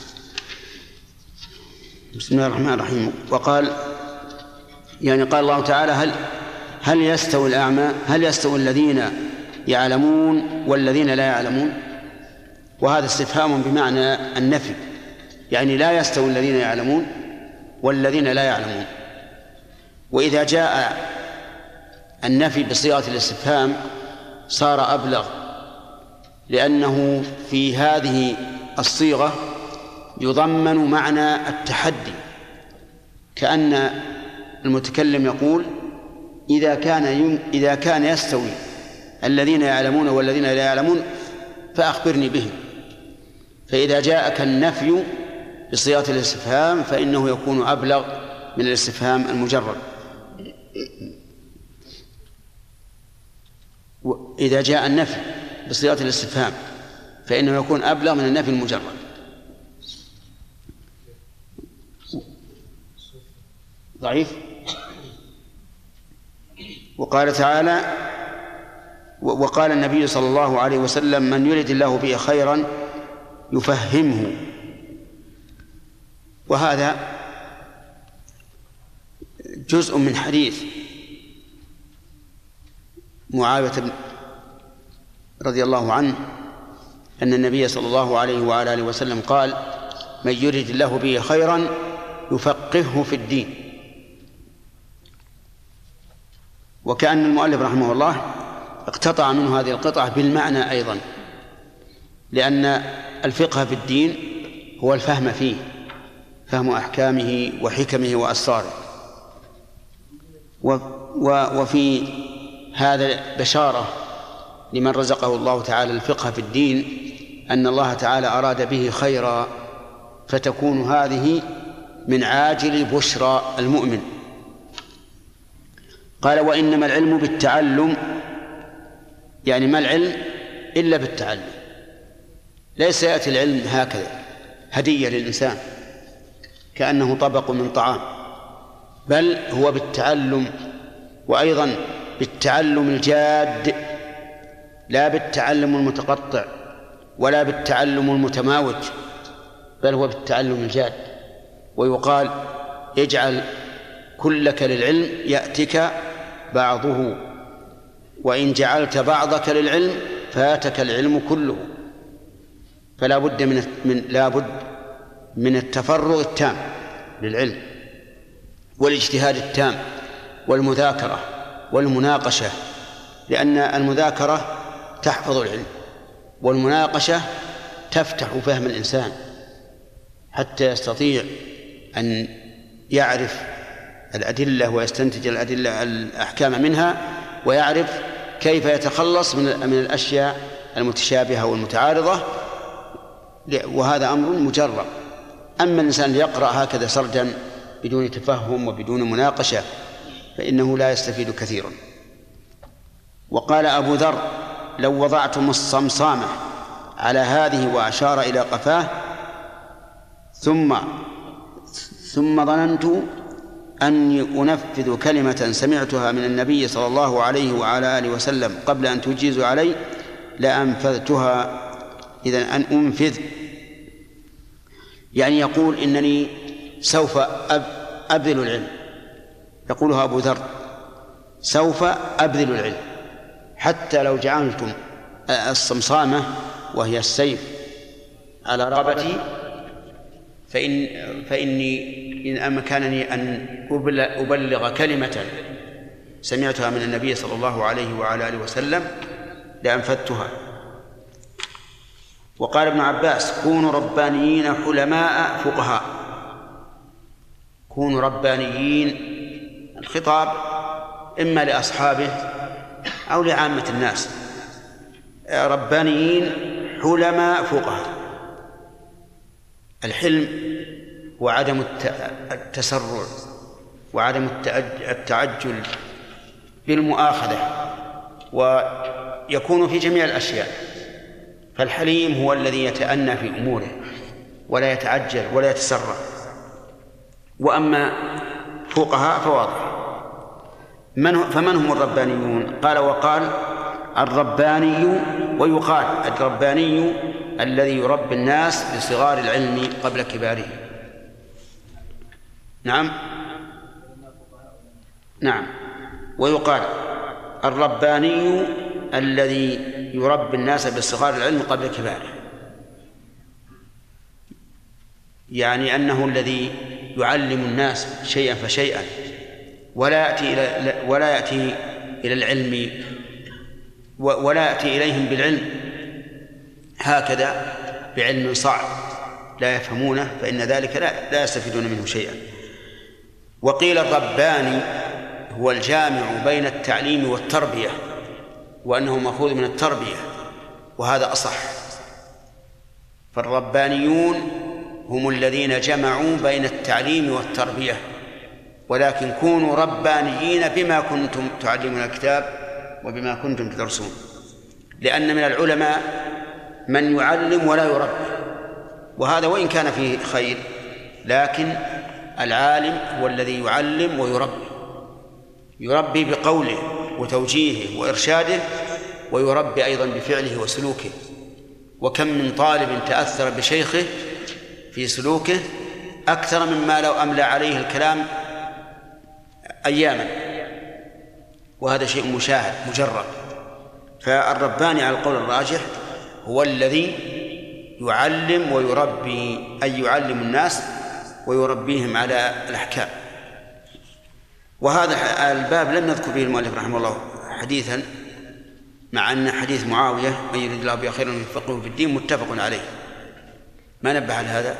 بسم الله الرحمن الرحيم. وقال يعني قال الله تعالى هل هل يستوي الأعمى هل يستوي الذين يعلمون والذين لا يعلمون؟ وهذا استفهام بمعنى النفي، يعني لا يستوي الذين يعلمون والذين لا يعلمون. وإذا جاء النفي بصيغة الاستفهام صار أبلغ، لأنه في هذه الصيغة يضمن معنى التحدي، كأن المتكلم يقول إذا كان إذا كان يستوي الذين يعلمون والذين لا يعلمون فأخبرني بهم. فإذا جاءك النفي بصيغة الاستفهام فإنه يكون أبلغ من الاستفهام المجرد. إذا جاء النفي بصيغة الاستفهام فإنه يكون أبلغ من النفي المجرد. ضعيف. وقال تعالى وقال النبي صلى الله عليه وسلم من يرد الله به خيرا يفهمه. وهذا جزء من حديث معاوية رضي الله عنه أن النبي صلى الله عليه وعلى آله وسلم قال من يرد الله به خيرا يفقهه في الدين. وكأن المؤلف رحمه الله اقتطع منه هذه القطعة بالمعنى أيضا، لأن الفقه في الدين هو الفهم فيه، فهم أحكامه وحكمه وأسراره. وفي هذا بشارة لمن رزقه الله تعالى الفقه في الدين أن الله تعالى أراد به خيرا، فتكون هذه من عاجل بشرى المؤمن. قال وإنما العلم بالتعلم، يعني ما العلم إلا بالتعلم. ليس يأتي العلم هكذا هدية للإنسان كأنه طبق من طعام، بل هو بالتعلم، وأيضا بالتعلم الجاد، لا بالتعلم المتقطع ولا بالتعلم المتماوج، بل هو بالتعلم الجاد. ويقال اجعل كلك للعلم يأتك بعضه، وإن جعلت بعضك للعلم فاتك العلم كله. فلا بد من من لا بد من التفرغ التام للعلم والاجتهاد التام والمذاكرة والمناقشة، لأن المذاكرة تحفظ العلم والمناقشة تفتح فهم الإنسان حتى يستطيع أن يعرف الأدلة ويستنتج الأدلة الأحكام منها، ويعرف كيف يتخلص من من الأشياء المتشابهة والمتعارضة، وهذا أمر مجرد. أما الإنسان يقرأ هكذا سردا بدون تفهم وبدون مناقشة فإنه لا يستفيد كثيرا. وقال أبو ذر: لو وضعتم الصمصامة على هذه وأشار إلى قفاه ثم ثم ظننت أني أنفذ كلمة سمعتها من النبي صلى الله عليه وعلى آله وسلم قبل أن تجيزوا علي لأنفذتها. إذن أن أنفذ يعني يقول إنني سوف أبذل العلم، يقولها أبو ذر: سوف أبذل العلم حتى لو جعلتم الصمصامة وهي السيف على رقبتي فإن فإني إن أمكنني أن أبلغ كلمة سمعتها من النبي صلى الله عليه وعلى آله وسلم لأنفذتها. وقال ابن عباس: كونوا ربانيين حلماء فقهاء. كونوا ربانيين، الخطاب إما لأصحابه أو لعامة الناس. ربانيين حلماء فقهاء. الحلم هو عدم التسرع وعدم التعجل بالمؤاخذة، ويكون في جميع الأشياء. فالحليم هو الذي يتأنى في أموره ولا يتعجل ولا يتسرع. وأما فقهاء فواضح. من فمن هم الربانيون؟ قال: وقال الرباني، ويقال الرباني الذي يربي الناس بصغار العلم قبل كباره. نعم نعم ويقال الرباني الذي يربي الناس بصغار العلم قبل كباره، يعني أنه الذي يعلم الناس شيئا فشيئا ولا يأتي إلى ولا يأتي إلى العلم ولا يأتي إليهم بالعلم هكذا بعلم صعب لا يفهمونه، فإن ذلك لا, لا يستفيدون منه شيئا. وقيل الرباني هو الجامع بين التعليم والتربية، وأنه مأخوذ من التربية، وهذا أصح. فالربانيون هم الذين جمعوا بين التعليم والتربية. ولكن كونوا ربانيين بما كنتم تعلمون الكتاب وبما كنتم تدرسون، لأن من العلماء من يعلم ولا يربي، وهذا وإن كان فيه خير، لكن العالم هو الذي يعلم ويربي، يربي بقوله وتوجيهه وإرشاده، ويربي أيضا بفعله وسلوكه. وكم من طالب تأثر بشيخه في سلوكه أكثر مما لو أملى عليه الكلام أياما، وهذا شيء مشاهد مجرد. فالرباني على القول الراجح هو الذي يعلم ويربي، أي يعلم الناس ويربيهم على الأحكام. وهذا الباب لم نذكر فيه المؤلف رحمه الله حديثا، مع أن حديث معاوية من يريد الله به خيرا يفقهه في الدين متفق عليه. ما نبه على هذا؟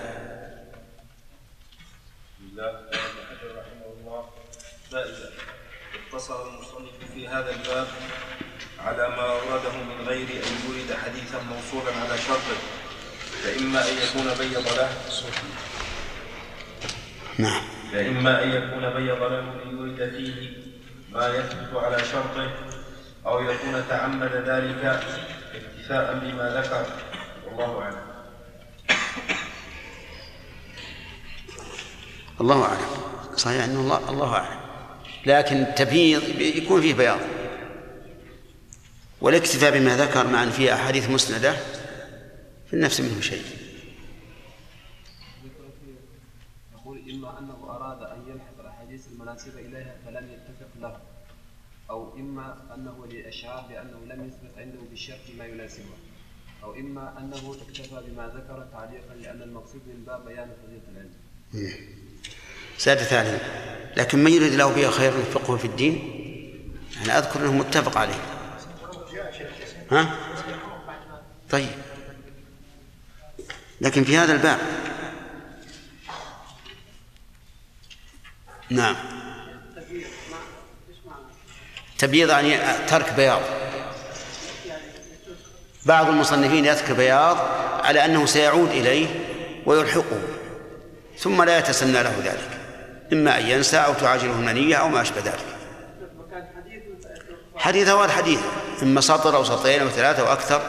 فائدة: اقتصر المصنف في هذا الباب على ما أورده من غير أن يورد حديثا موصولا على شرطه، فإما أن يكون بيض له نعم فإما أن يكون بيض له ليورد فيه ما يثبت على شرطه، أو يكون تعمد ذلك اكتفاء بما ذكر، والله أعلم. الله أعلم، صحيح أن الله الله أعلم، لكن التبييض يكون فيه بياض، والاكتفاء بما ذكر مع أن فيه أحاديث مسندة في النفس منه شيء. يقول: إما أنه أراد أن يلحق الأحاديث المناسبة إليها فلم يتفق له، أو إما أنه لأشعار بأنه لم يثبت عنده بالشرط ما يناسبه، أو إما أنه اكتفى بما ذكر تعليقا لأن المقصود من باب بيان فضيلة العلم. سادة تعليم. لكن من يريد له بها خير الفقه في الدين، أنا أذكر أنه متفق عليه. ها؟ طيب، لكن في هذا الباب نعم تبييض يعني ترك بياض. بعض المصنفين يذكر بياض على أنه سيعود إليه ويلحقه ثم لا يتسنى له ذلك، إما أن ينسى أو تعاجله المنية أو ما أشبه ذلك. حديث هو الحديث إما سطر أو سطرين أو ثلاثة أو أكثر.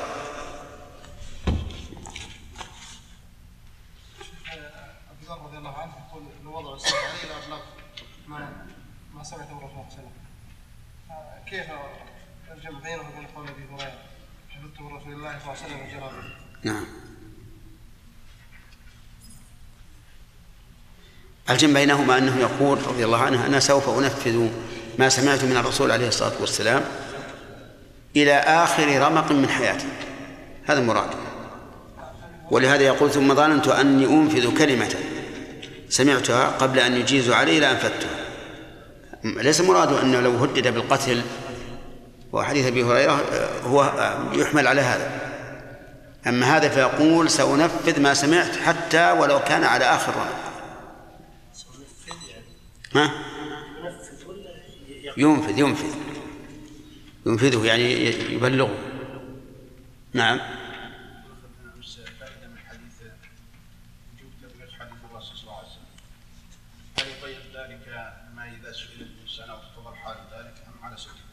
أبو ذر رضي الله عنه يقول إنه وضع السبع إلى أبلغ ما ما سمعته الرسول صلى الله عليه وسلم. كيف الجمع بينه وبين قول أبي هريرة حفظته من رسول الله صلى الله عليه وسلم وجرى به؟ نعم. الجمع بينهما أنه يقول رضي الله عنه أنا سوف أنفذ ما سمعت من الرسول عليه الصلاة والسلام إلى آخر رمق من حياتي، هذا مراد. ولهذا يقول ثم ظننت أني أنفذ كلمة سمعتها قبل أن يجيزوا علي إلى أنفذتها. ليس مراده أنه لو هدد بالقتل، وحديث أبي هريرة هو يحمل على هذا. أما هذا فيقول سأنفذ ما سمعت حتى ولو كان على آخر رمق. ها؟ ينفذ ينفذ ينفذه يعني يبلغه. نعم. فائدة من حديث وجوب تبليغ حديث الرسول صلى الله عليه وسلم، هل يقيد ذلك ما إذا سئل الإنسان أو اقتضى الحال ذلك أم على سبيل؟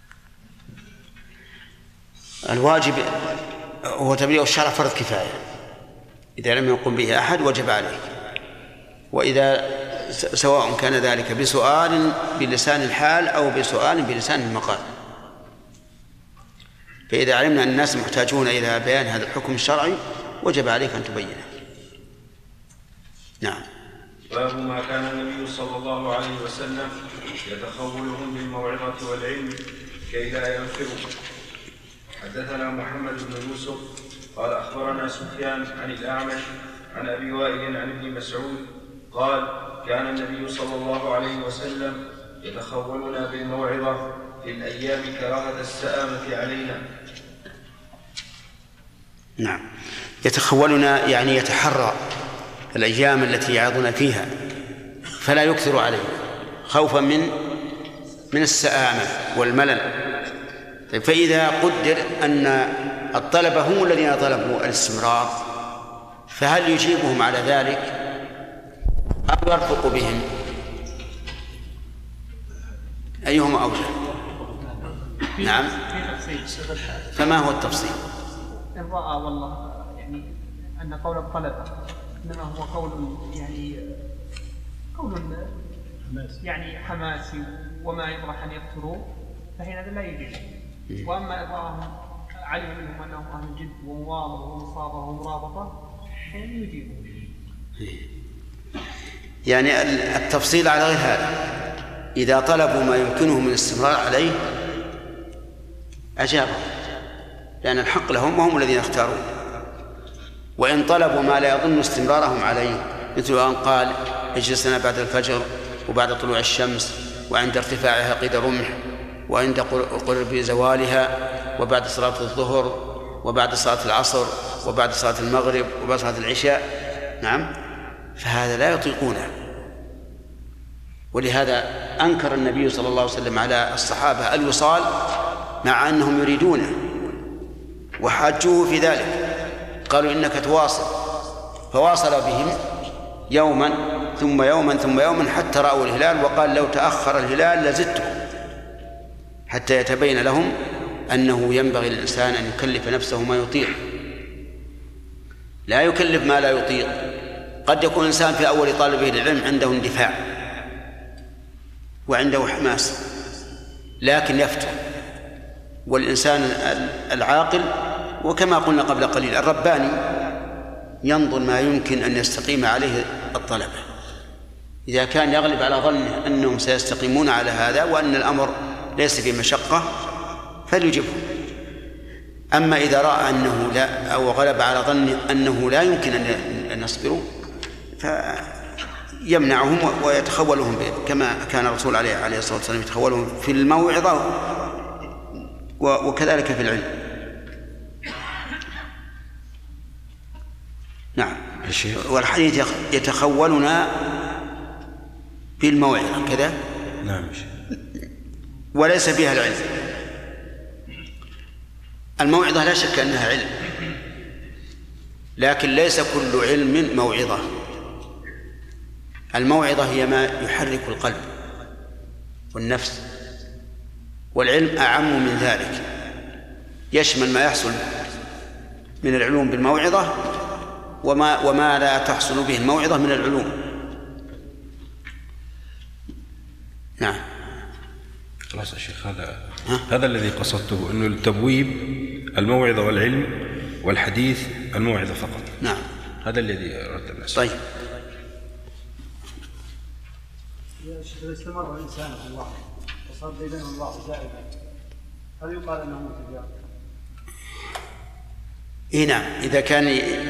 الواجب هو تبليغ الشرع فرض كفاية، إذا لم يقم به أحد وجب عليه، وإذا سواء كان ذلك بسؤال بلسان الحال أو بسؤال بلسان المقال. فإذا علمنا أن الناس محتاجون إلى بيان هذا الحكم الشرعي وجب عليك أن تبينه. نعم. باب ما كان النبي صلى الله عليه وسلم يتخولهم بالموعظة والعلم كي لا ينفروا. حدثنا محمد بن يوسف قال أخبرنا سفيان عن الأعمش عن أبي وائل عن ابن مسعود قال كان النبي صلى الله عليه وسلم يتخولنا بالموعظة في الأيام كراهة السآمة علينا. نعم. يتخولنا يعني يتحرى الأيام التي يعظنا فيها فلا يكثر علينا خوفا من من السآمة والملل. فإذا قدر أن الطلبة هم الذين طلبوا الاستمرار فهل يجيبهم على ذلك أو يرفق بهم؟ أيهما أوجه؟ نعم. فما هو التفصيل؟ إن رأى والله يعني أن قول الطلبة إنما هو قول يعني قول يعني حماسي وما يطرح أن يقتلوه فحينئذ لا يجوز. وأما إذا علم منهم أنهم أهل جد ومواظبة ومصابة ومرابطة حين يجيبون. يعني التفصيل على غير هذا، إذا طلبوا ما يمكنهم من الاستمرار عليه أجابوا لأن الحق لهم وهم الذين اختارون. وإن طلبوا ما لا يظن استمرارهم عليه مثل أن قال اجلسنا بعد الفجر وبعد طلوع الشمس وعند ارتفاعها قيد رمح وعند قرب زوالها وبعد صلاة الظهر وبعد صلاة العصر وبعد صلاة المغرب وبعد صلاة العشاء، نعم، فهذا لا يطيقونه. ولهذا أنكر النبي صلى الله عليه وسلم على الصحابة الوصال مع أنهم يريدونه وحاجوه في ذلك، قالوا إنك تواصل، فواصل بهم يوما ثم يوما ثم يوما حتى رأوا الهلال، وقال لو تأخر الهلال لزدتكم، حتى يتبين لهم أنه ينبغي للإنسان أن يكلف نفسه ما يطيق، لا يكلف ما لا يطيق. قد يكون الإنسان في أول طالبه للعلم عنده اندفاع وعنده حماس لكن يفتر، والإنسان العاقل وكما قلنا قبل قليل الرباني ينظر ما يمكن أن يستقيم عليه الطلبة. إذا كان يغلب على ظنه أنهم سيستقيمون على هذا وأن الأمر ليس في مشقة فليجبهم. أما إذا رأى أنه لا أو غلب على ظنه أنه لا يمكن أن يصبروا فيمنعهم ويتخولهم كما كان الرسول عليه الصلاة والسلام يتخولهم في الموعظة وكذلك في العلم. نعم. والحديث يتخولنا في الموعظة كذا، نعم، وليس فيها العلم. الموعظة لا شك أنها علم، لكن ليس كل علم موعظة. الموعظة هي ما يحرك القلب والنفس، والعلم أعم من ذلك، يشمل ما يحصل من العلوم بالموعظة وما, وما لا تحصل به الموعظة من العلوم. نعم. خلاص يا شيخ، هذا هذا الذي قصدته، أنه التبويب الموعظة والعلم، والحديث الموعظة فقط. نعم، هذا الذي أردت أن أسأل. طيب. إذا استمر الإنسان في الله وصار بينه الله دائما، هل يقال أنه متجاوز؟ إيه نعم، إذا كان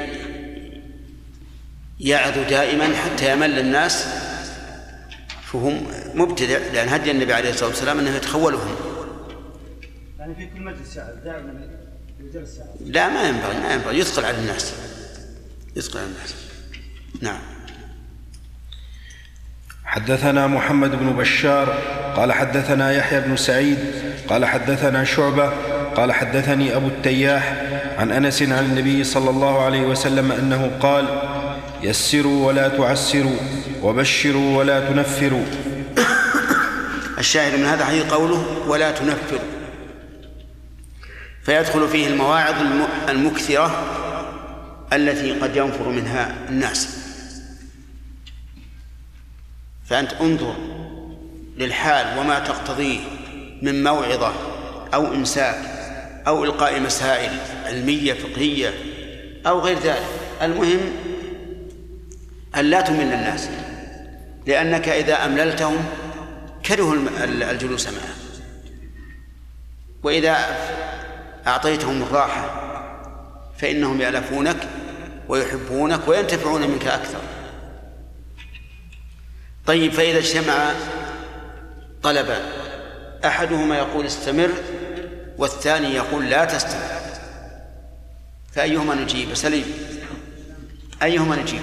يعظ دائما حتى يمل الناس فهم مبتدع، لأن هدي النبي عليه الصلاة والسلام أنه يتخولهم. يعني في كل مجلس ساعة دائما يجلس ساعة؟ لا، ما ينبغي ما ينبغي يثقل على الناس، يثقل على الناس. نعم. حدثنا محمد بن بشار قال حدثنا يحيى بن سعيد قال حدثنا شعبة قال حدثني أبو التياح عن أنس عن النبي صلى الله عليه وسلم أنه قال: يسروا ولا تعسروا وبشروا ولا تنفروا. الشاهد من هذا حديث قوله ولا تنفروا، فيدخل فيه المواعظ المكثرة التي قد ينفر منها الناس. فأنت انظر للحال وما تقتضيه من موعظة أو إمساك أو إلقاء مسائل علمية فقهية أو غير ذلك. المهم أن لا تمل الناس، لأنك إذا أمللتهم كرهوا الجلوس معه، وإذا أعطيتهم الراحة فإنهم يألفونك ويحبونك وينتفعون منك أكثر. طيب، فإذا اجتمع طلبان أحدهما يقول استمر والثاني يقول لا تستمر، فأيهما نجيب؟ سليم، أيهما نجيب؟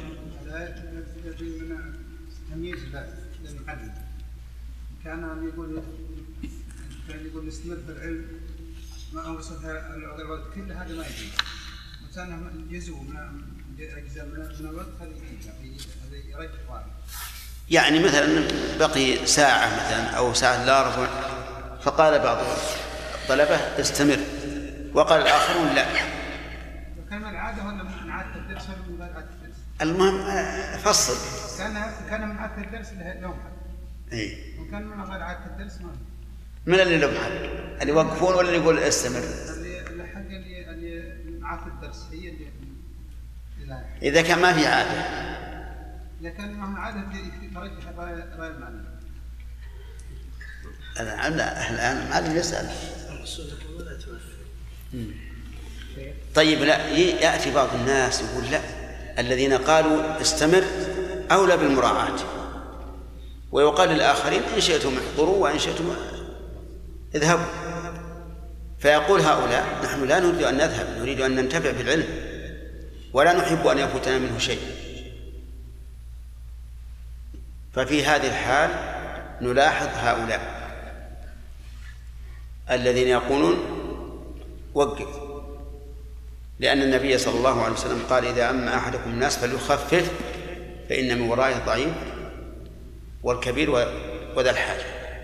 تمييز للمحدد كان يقول كان يقول استمر بالعلم ما أوصلها العضلات كلها هذا ما يجي، مثلا جزء من أجزاء من الوقت هذا يرجح واحد. يعني مثلا بقي ساعة مثلا أو ساعة لا ربع، فقال بعض الطلبة استمر وقال الآخرون لا. كان من عادة ولا من عادة الدرس ولا من غير عادة الدرس؟ المهم فصل. كان كان من عادة الدرس لهم حد. إيه. وكان من غير عادة الدرس ما. من اللي لهم حد؟ اللي يوقفون ولا اللي يقول استمر؟ اللي اللي حق اللي اللي من عادة الدرس هي اللي. إذا كان ما في عادة. إذا كان ما عادة ترجح رأي المعلم. الآن الآن المعلم يسأل. طيب، لا يأتي بعض الناس يقول لا، الذين قالوا استمر أولى بالمراعاة، ويقال للآخرين إن شئتم احضروا وإن شئتم اذهبوا. فيقول هؤلاء نحن لا نريد أن نذهب، نريد أن ننتفع بالعلم ولا نحب أن يفوتنا منه شيء. ففي هذه الحال نلاحظ هؤلاء الذين يقولون وقف، لأن النبي صلى الله عليه وسلم قال إذا أما أحدكم الناس فليخفف فإن من ورائه الضعيف والكبير وذا الحاجة.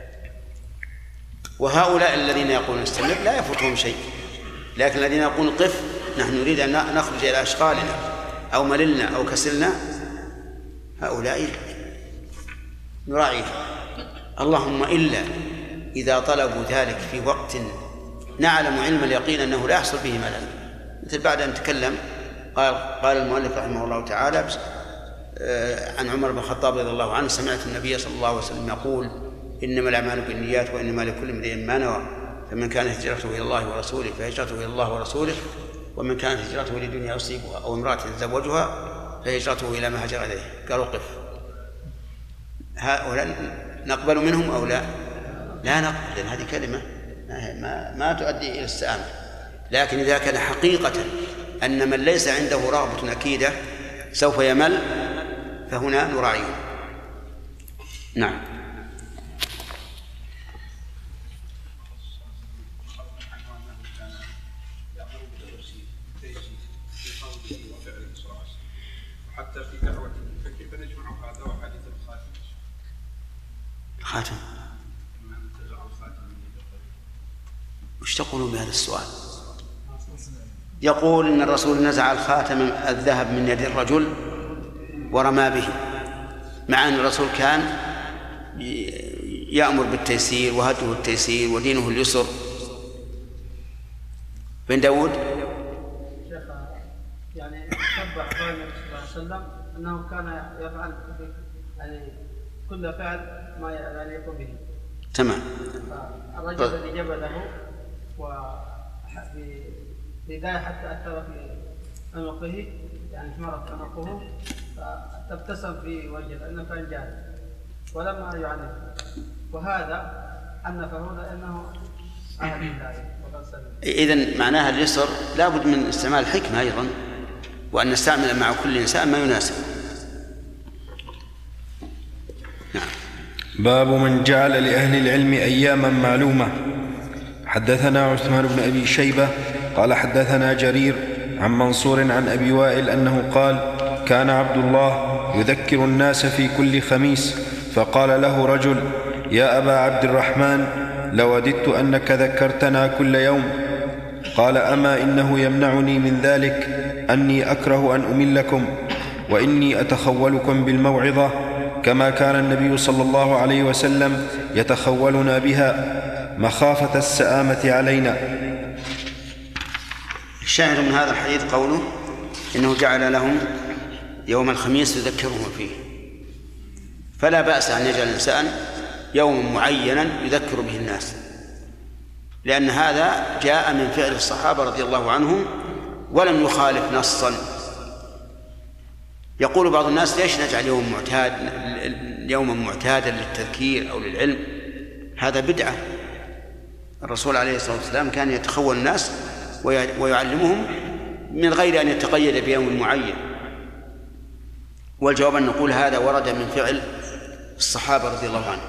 وهؤلاء الذين يقولون استمر لا يفوتهم شيء، لكن الذين يقولون قف نحن نريد أن نخرج إلى أشغالنا أو مللنا أو كسلنا، هؤلاء نراعيه. اللهم إلا إذا طلبوا ذلك في وقت نعلم علم اليقين أنه لا يحصل به ملل، مثل بعد أن تكلم قال قال المؤلف رحمه الله تعالى عن عمر بن الخطاب رضي الله عنه: سمعت النبي صلى الله عليه وسلم يقول إنما الأعمال بالنيات وإنما لكل امرئ ما نوى، فمن كانت هجرته إلى الله ورسوله فهجرته إلى الله ورسوله، ومن كانت هجرته لدنيا يصيبها أو امرأة يتزوجها فهجرته إلى ما هاجر إليه. قالوا قف. هؤلاء نقبل منهم أو لا؟ لا نقبل، لأن هذه كلمة ما, ما تؤدي إلى السآمة. لكن إذا كان حقيقة أن من ليس عنده رغبة أكيدة سوف يمل فهنا نراعيه. نعم. حتى في دعوة، فكيف نجمع هذا وهذا؟ خاتم. وش تقولون بهذا السؤال؟ يقول إن الرسول نزع الخاتم الذهب من يد الرجل ورمى به، مع أن الرسول كان يأمر بالتيسير وهديه التيسير ودينه اليسر. بن داود شيخ يعني شبه قول النبي صلى الله عليه وسلم أنه كان يفعل يعني كل فعل ما يليق به. تمام. الرجل الذي جبله وفي بداية حتى أثر في عنقه يعني احمرت عنقه فابتسم في وجهه لأنه كان جاهل ولما يعنف، وهذا عنفه لأنه أهل الله. إذن معناها اليسر لا بد من استعمال الحكمة أيضا، وأن نستعمل مع كل إنسان ما يناسب. نعم. باب من جعل لأهل العلم أياما معلومة. حدثنا عثمان بن أبي شيبة قال حدثنا جرير عن منصور عن أبي وائل أنه قال كان عبد الله يذكر الناس في كل خميس، فقال له رجل يا أبا عبد الرحمن لوددت أنك ذكرتنا كل يوم. قال أما إنه يمنعني من ذلك أني أكره أن أملكم وإني أتخولكم بالموعظة كما كان النبي صلى الله عليه وسلم يتخولنا بها مخافة السآمة علينا. الشاهد من هذا الحديث قوله إنه جعل لهم يوم الخميس يذكرهم فيه، فلا بأس أن يجعل الإنسان يوم معينا يذكر به الناس، لأن هذا جاء من فعل الصحابة رضي الله عنهم ولم يخالف نصا. يقول بعض الناس ليش نجعل يوم معتاد يوما معتادا للتذكير أو للعلم؟ هذا بدعة. الرسول عليه الصلاة والسلام كان يتخول الناس ويعلمهم من غير أن يتقيد بيوم معين. والجواب أن نقول هذا ورد من فعل الصحابة رضي الله عنهم.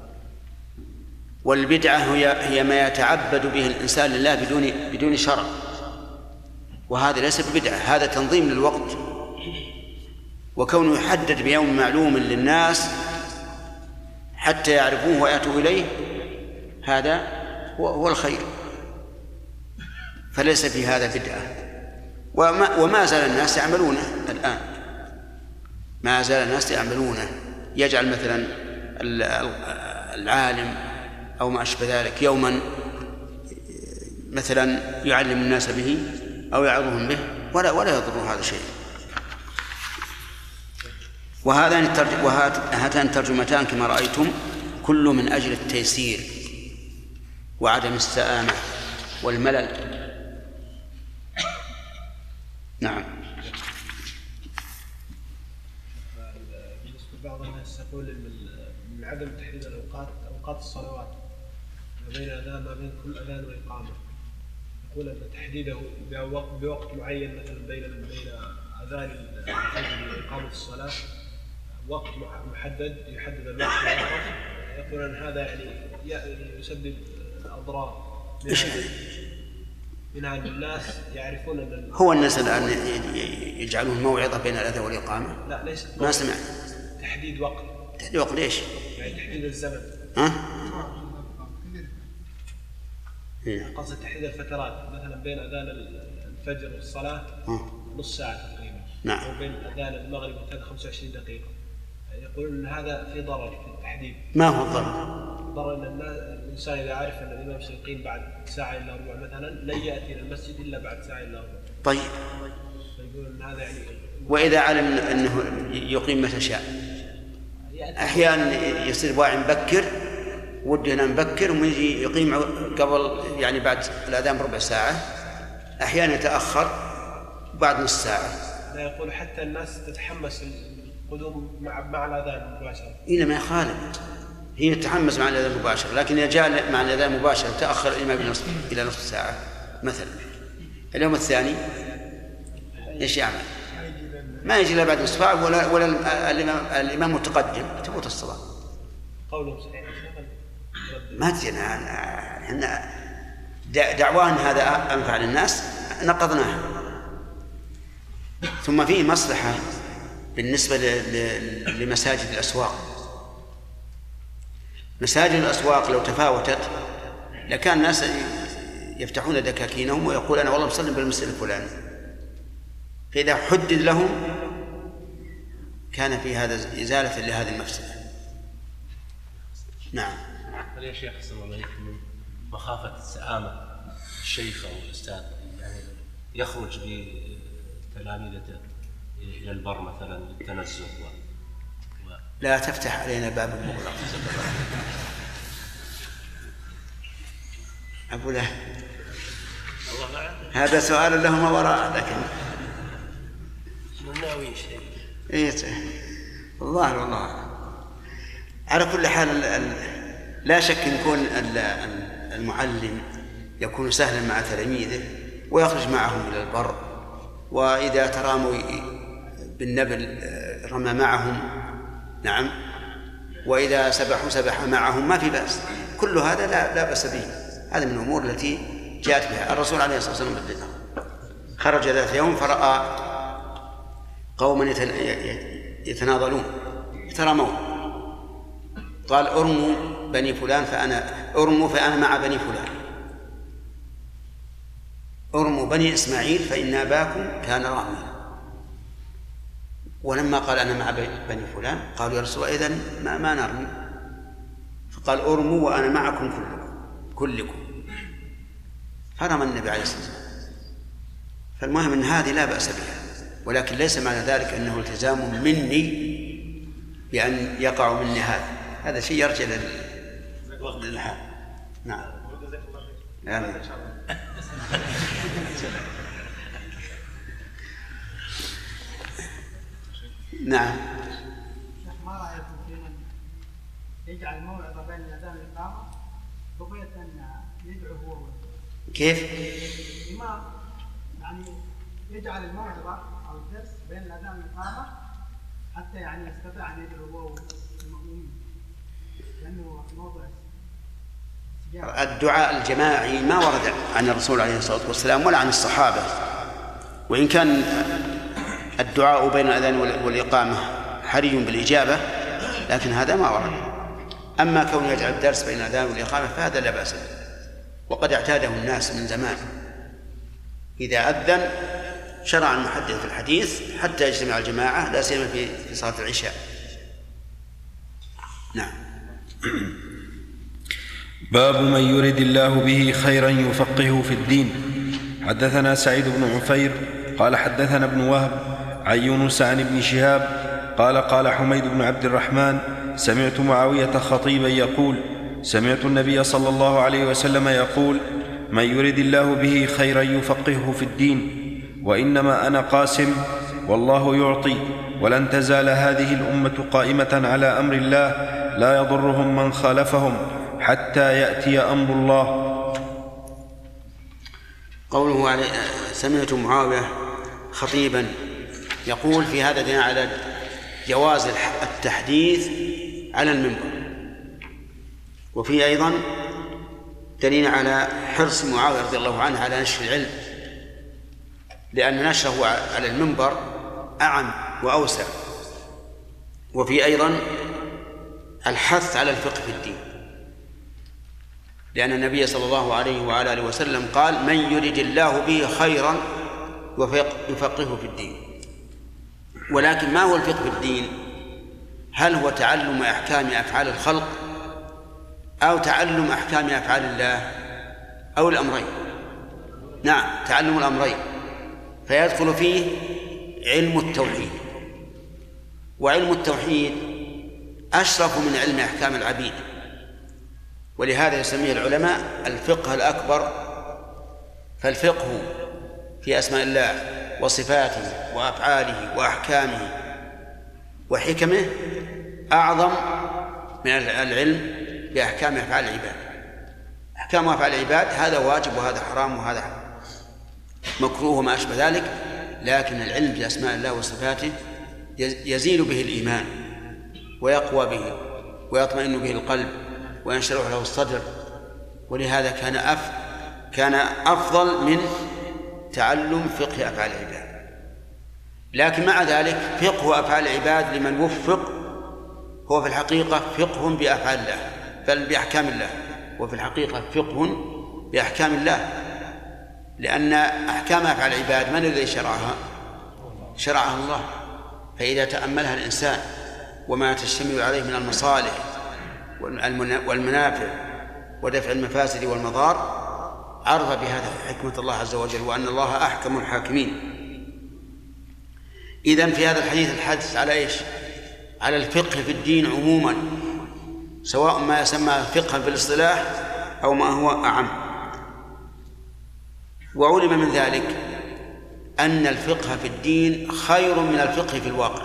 والبدعة هي ما يتعبد به الإنسان لله بدون بدون شرع، وهذا ليس ببدعة، هذا تنظيم للوقت. وكونه يحدد بيوم معلوم للناس حتى يعرفوه ويأتوا إليه هذا هو, هو الخير، فليس في هذا بدعة. وما, وما زال الناس يعملونه الآن، ما زال الناس يعملونه، يجعل مثلا العالم أو ما أشبه ذلك يوما مثلا يعلم الناس به أو يعظهم به ولا ولا يضر هذا شيء. وهاتان الترجمتان كما رأيتم كل من أجل التيسير وعدم السآمة والملل. نعم. بالنسبة لبعض الناس يقول من عدم تحديد الأوقات أوقات الصلوات ما بين أذان ما بين كل أذان وإقامة، يقول أن تحديده بوقت معين مثلا بين بين أذان الفجر وإقامة الصلاة وقت محدد يحدد الوقت والوقت، يقول أن هذا يعني يسبب أضرار من أن الناس يعرفون أن هو الناس الآن يجعلون موعظة بين الأذان والإقامة. لا ليس ما سمع تحديد وقت. تحديد وقت ليش؟ يعني تحديد الزمن. ها؟ قصد تحديد الفترات مثلا بين أذان الفجر والصلاة نص ساعة تقريبا. نعم. وبين أذان المغرب وكذا خمسة وعشرين دقيقة. يقولون أن هذا في ضرر في التحديد. ما هو الضرر؟ ضرر أن الإنسان إذا عارف أن الإمام سيقيم بعد ساعة إلا ربع مثلا لن يأتي إلى المسجد إلا بعد ساعة إلا ربع. طيب. فيقولون أن هذا يعني. وإذا علم أنه يقيم متى شاء، أحيانا يصير واعي مبكر وده أن مبكر ويجي يقيم قبل يعني بعد الأذان بربع ساعة، أحيانا يتأخر بعد نص ساعة. لا يقول حتى الناس تتحمس القدوم مع مع الأذان مباشرة. إلا ما يخالف، هي تتحمس مع الأذان مباشرة، لكن إذا جاء مع الأذان مباشرة تأخر الإمام بنصف إلى نصف ساعة مثلا، اليوم الثاني إيش يعمل؟ ما يجي إلا بعد نصف ساعة ولا ولا الإمام الإمام متقدم تفوت الصلاة. قوله صحيح. ما تجي احنا دعوان هذا أنفع للناس نقضناها. ثم فيه مصلحة بالنسبة لمساجد الأسواق، مساجد الأسواق لو تفاوتت لكان الناس يفتحون دكاكينهم ويقول أنا والله بصلي بالمسجد الفلاني، فإذا حدد لهم كان في هذا إزالة لهذه المفسدة. نعم. هل يا شيخ صلى الله عليه وسلم من مخافة السآمة الشيخ أو الأستاذ يعني يخرج بتلاميذته إلى البر مثلا للتنزه و... و... لا تفتح علينا باب المغلق. أقول له هذا سؤال له ما وراء، لكن ناوي شيء إيه والله والله على كل حال لا شك أن يكون المعلم يكون سهلا مع تلاميذه ويخرج معهم إلى البر، وإذا تراموا بالنبل رمى معهم، نعم، وإذا سبحوا سبح معهم، ما في بأس. كل هذا لا, لا بأس به، هذا من الأمور التي جاءت بها الرسول عليه الصلاة والسلام. خرج ذات يوم فرأى قوما يتناضلون يترامون، قال أرموا بني فلان فأنا أرموا فأنا مع بني فلان، أرموا بني إسماعيل فإن أباكم كان راميا. ولما قال أنا مع بني فلان قالوا يا رسول الله إذن ما, ما نرمي، فقال أرموا وأنا معكم كلكم كلكم فرمى النبي عليه الصلاة والسلام. فالمهم أن هذه لا بأس بها، ولكن ليس معنى ذلك أنه التزام مني بأن يقع مني هذا، هذا شيء يرجع للوقت الحال. نعم. آمين. نعم. ما رأيكم في من يجعل الموعظة بين الأذان والإقامة بغية أن يدعو هو؟ كيف؟ الإمام يعني يجعل الموعظة أو الدرس بين الأذان والإقامة حتى يعني يستطيع أن يدعو هو المؤمنين، لأنه موضوع الدعاء الجماعي ما ورد عن الرسول عليه الصلاة والسلام ولا عن الصحابة، وإن كان الدعاء بين الأذان والإقامة حري بالإجابة لكن هذا ما ورد. أما كون يجعل الدرس بين الأذان والإقامة فهذا لا بأس به، وقد اعتاده الناس من زمان، إذا أذن شرع المحدث في الحديث حتى يجتمع الجماعة، لا سيما في صلاة العشاء. نعم. باب من يرد الله به خيرا يفقهه في الدين. حدثنا سعيد بن عفير قال حدثنا ابن وهب عن يونس عن ابن شهاب قال قال حميد بن عبد الرحمن سمعت معاوية خطيبا يقول سمعت النبي صلى الله عليه وسلم يقول من يرد الله به خيرا يفقهه في الدين، وإنما أنا قاسم والله يعطي، ولن تزال هذه الأمة قائمة على أمر الله لا يضرهم من خالفهم حتى يأتي أمر الله. قوله عليه سمعت معاوية خطيبا يقول في هذا دليل على جواز التحديث على المنبر، وفي أيضا دليل على حرص معاوية رضي الله عنه على نشر العلم، لأن نشره على المنبر أعم وأوسع. وفي أيضا الحث على الفقه في الدين، لأن النبي صلى الله عليه وعلى آله وسلم قال من يرد الله به خيرا يفقهه في الدين. ولكن ما هو الفقه في الدين؟ هل هو تعلم أحكام أفعال الخلق أو تعلم أحكام أفعال الله أو الأمرين؟ نعم، تعلم الأمرين، فيدخل فيه علم التوحيد، وعلم التوحيد أشرف من علم أحكام العبيد، ولهذا يسميه العلماء الفقه الأكبر. فالفقه في أسماء الله وصفاته وأفعاله وأحكامه وحكمه أعظم من العلم بأحكام أفعال العباد. أحكام أفعال العباد هذا واجب وهذا حرام وهذا مكروه وما أشبه ذلك، لكن العلم بأسماء الله وصفاته يزيد به الإيمان ويقوى به ويطمئن به القلب وينشرح له الصدر، ولهذا كان أف كان أفضل من تعلم فقه أفعال العباد. لكن مع ذلك فقه أفعال العباد لمن وفق هو في الحقيقة فقه بأفعال الله، بل بأحكام الله، وفي الحقيقة فقه بأحكام الله، لأن أحكام أفعال العباد من الذي شرعها؟ شرعها الله. فإذا تأملها الإنسان وما تشتمل عليه من المصالح والمنافع ودفع المفاسد والمضار، عرف بهذا حكمة الله عز وجل، وأن الله أحكم الحاكمين. إذن في هذا الحديث الحديث على إيش؟ على الفقه في الدين عموما، سواء ما يسمى فقها في الاصطلاح أو ما هو أعم. وعلم من ذلك أن الفقه في الدين خير من الفقه في الواقع،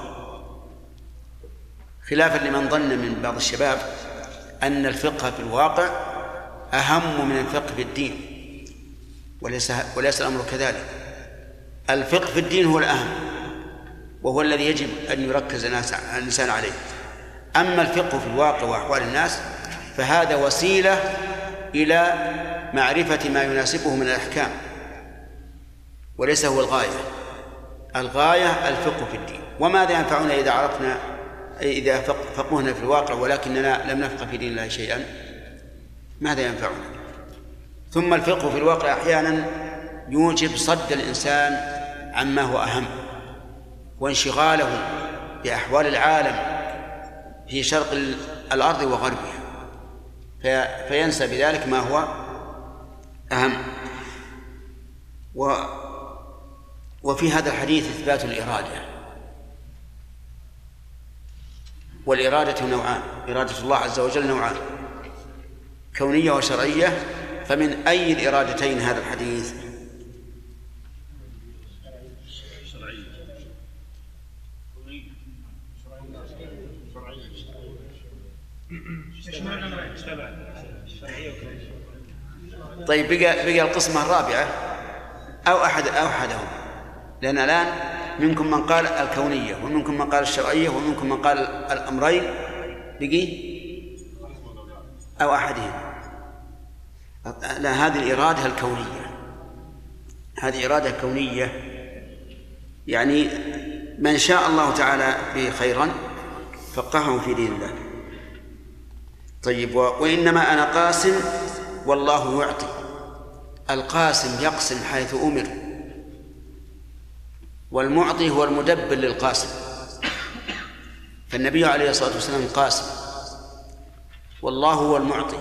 خلافا لمن ظن من بعض الشباب أن الفقه في الواقع أهم من الفقه في الدين، وليس وليس الأمر كذلك. الفقه في الدين هو الأهم، وهو الذي يجب أن يركز الإنسان عليه. أما الفقه في الواقع وأحوال الناس فهذا وسيلة إلى معرفة ما يناسبه من الأحكام، وليس هو الغاية. الغاية الفقه في الدين. وماذا ينفعنا إذا عرفنا إذا فقهنا في الواقع ولكننا لم نفقه في دين الله شيئا؟ ماذا ينفعنا؟ ثم الفقه في الواقع أحيانا يوجب صد الإنسان عما هو أهم، وانشغاله بأحوال العالم في شرق الأرض وغربها، فينسى بذلك ما هو أهم. و وفي هذا الحديث إثبات الإرادة، والإرادة نوعان، إرادة الله عز وجل نوعان، كونية وشرعية. فمن أي الإرادتين هذا الحديث؟ طيب بقى, بقى القسمة الرابعة أو أحد أو أحدهم، لأن الآن منكم من قال الكونية ومنكم من قال الشرعية ومنكم من قال الأمرين، بقي أو أحدهم. لا، هذه الإرادة الكونية، هذه إرادة كونية، يعني من شاء الله تعالى به خيرا فقهه في دين الله. طيب، وإنما أنا قاسم والله يعطي. القاسم يقسم حيث أمر، والمعطي هو المدبر للقاسم. فالنبي عليه الصلاة والسلام قاسم، والله هو المعطي.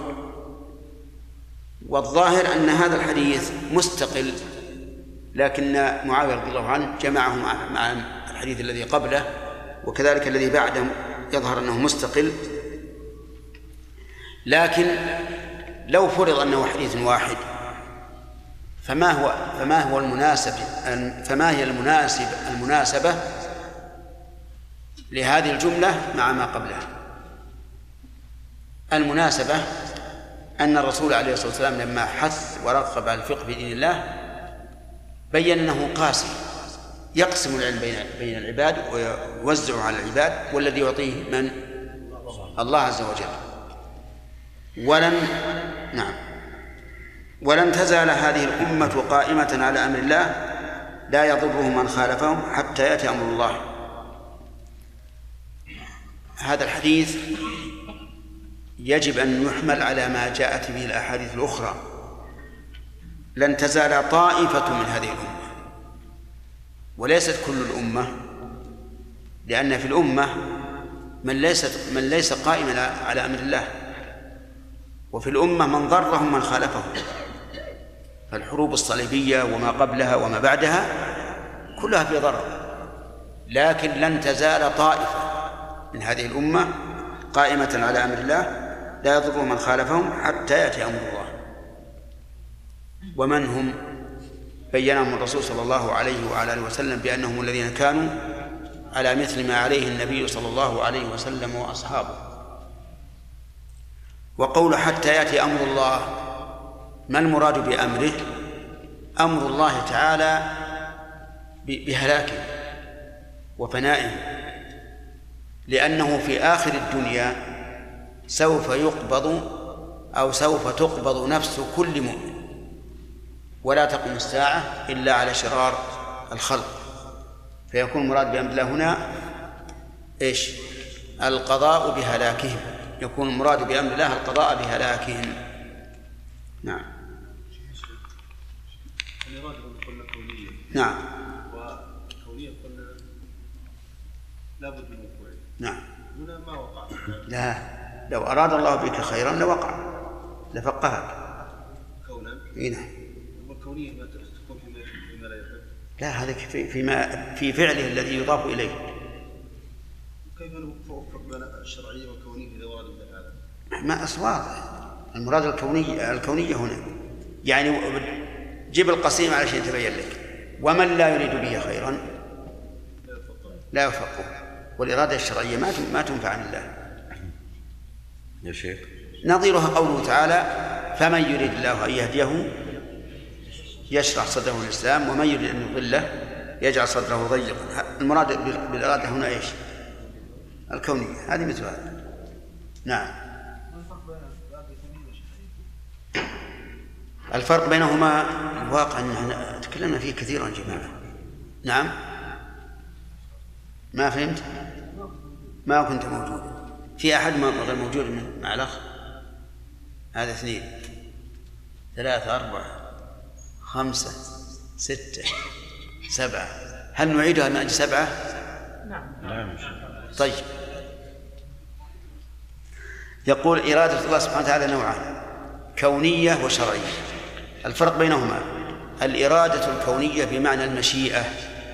والظاهر أن هذا الحديث مستقل، لكن معاوية رضي الله عنه جمعه مع الحديث الذي قبله، وكذلك الذي بعده يظهر أنه مستقل. لكن لو فرض أنه حديث واحد فما هو فما هو المناسب فما هي المناسب المناسبة لهذه الجملة مع ما قبلها؟ المناسبة أن الرسول عليه الصلاة والسلام لما حث ورغب على الفقه في دين الله بين أنه قاسم، يقسم العلم بين بين العباد ويوزع على العباد، والذي يعطيه من؟ الله عز وجل. ولن نعم ولن تزال هذه الأمة قائمة على أمر الله لا يضره من خالفهم حتى يأتي أمر الله. هذا الحديث يجب أن يحمل على ما جاءت به الأحاديث الأخرى. لن تزال طائفة من هذه الأمة، وليست كل الأمة، لأن في الأمة من ليست من ليس قائما على أمر الله، وفي الأمة من ضرهم من خالفهم. فالحروب الصليبية وما قبلها وما بعدها كلها في ضرر، لكن لن تزال طائفة من هذه الأمة قائمة على أمر الله لا يضر من خالفهم حتى يأتي أمر الله. ومن هم؟ بينهم الرسول صلى الله عليه وعلى آله وسلم بأنهم الذين كانوا على مثل ما عليه النبي صلى الله عليه وسلم وأصحابه. وقول حتى يأتي أمر الله، ما المراد بأمره؟ أمر الله تعالى بهلاكه وفنائه، لأنه في آخر الدنيا سوف يقبض أو سوف تقبض نفس كل مؤمن، ولا تقوم الساعة إلا على شرار الخلق. فيكون مراد بأمر الله هنا إيش؟ القضاء بهلاكهم يكون المراد بأمر الله القضاء بهلاكهم. نعم. الإرادة قلنا كونية. نعم. وكونية قلنا لابد من وقوعه. نعم. هنا ما وقع. لا، لو أراد الله بك خيرا لوقع لفقهك. كونا. إيه نعم. والكونية ما تكون فيما يحب فيما لا يحب. لا، هذا في فيما في فعله الذي يضاف إليه. كيف نوفق بين الشرعية والكونية إذا ورد بهذا؟ ما أصوات المراد الكونية الكونية هنا، يعني جيب القسيم علشان يتبين لك. ومن لا يريد به خيرا لا يوفقه، والإرادة الشرعية ما ما تنفع عن الله يا شيخ. نظيرها قوله تعالى: فمن يريد الله أن يهديه يشرح صدره للإسلام ومن يريد أن يضله يجعل صدره ضيقا. المراد بالإرادة هنا إيش؟ الكونية، هذه مثل هذا. نعم. الفرق بينهما الواقع أن تكلمنا فيه كثيرا جماعة. نعم. ما فهمت؟ ما كنت موجود. في أحد غير موجود من مع الأخ؟ هذا اثنين ثلاثة أربعة خمسة ستة سبعة. هل نعيدها من أجل سبعة؟ نعم. طيب. يقول: إرادة الله سبحانه وتعالى نوعان: كونية وشرعية. الفرق بينهما: الإرادة الكونية بمعنى المشيئة،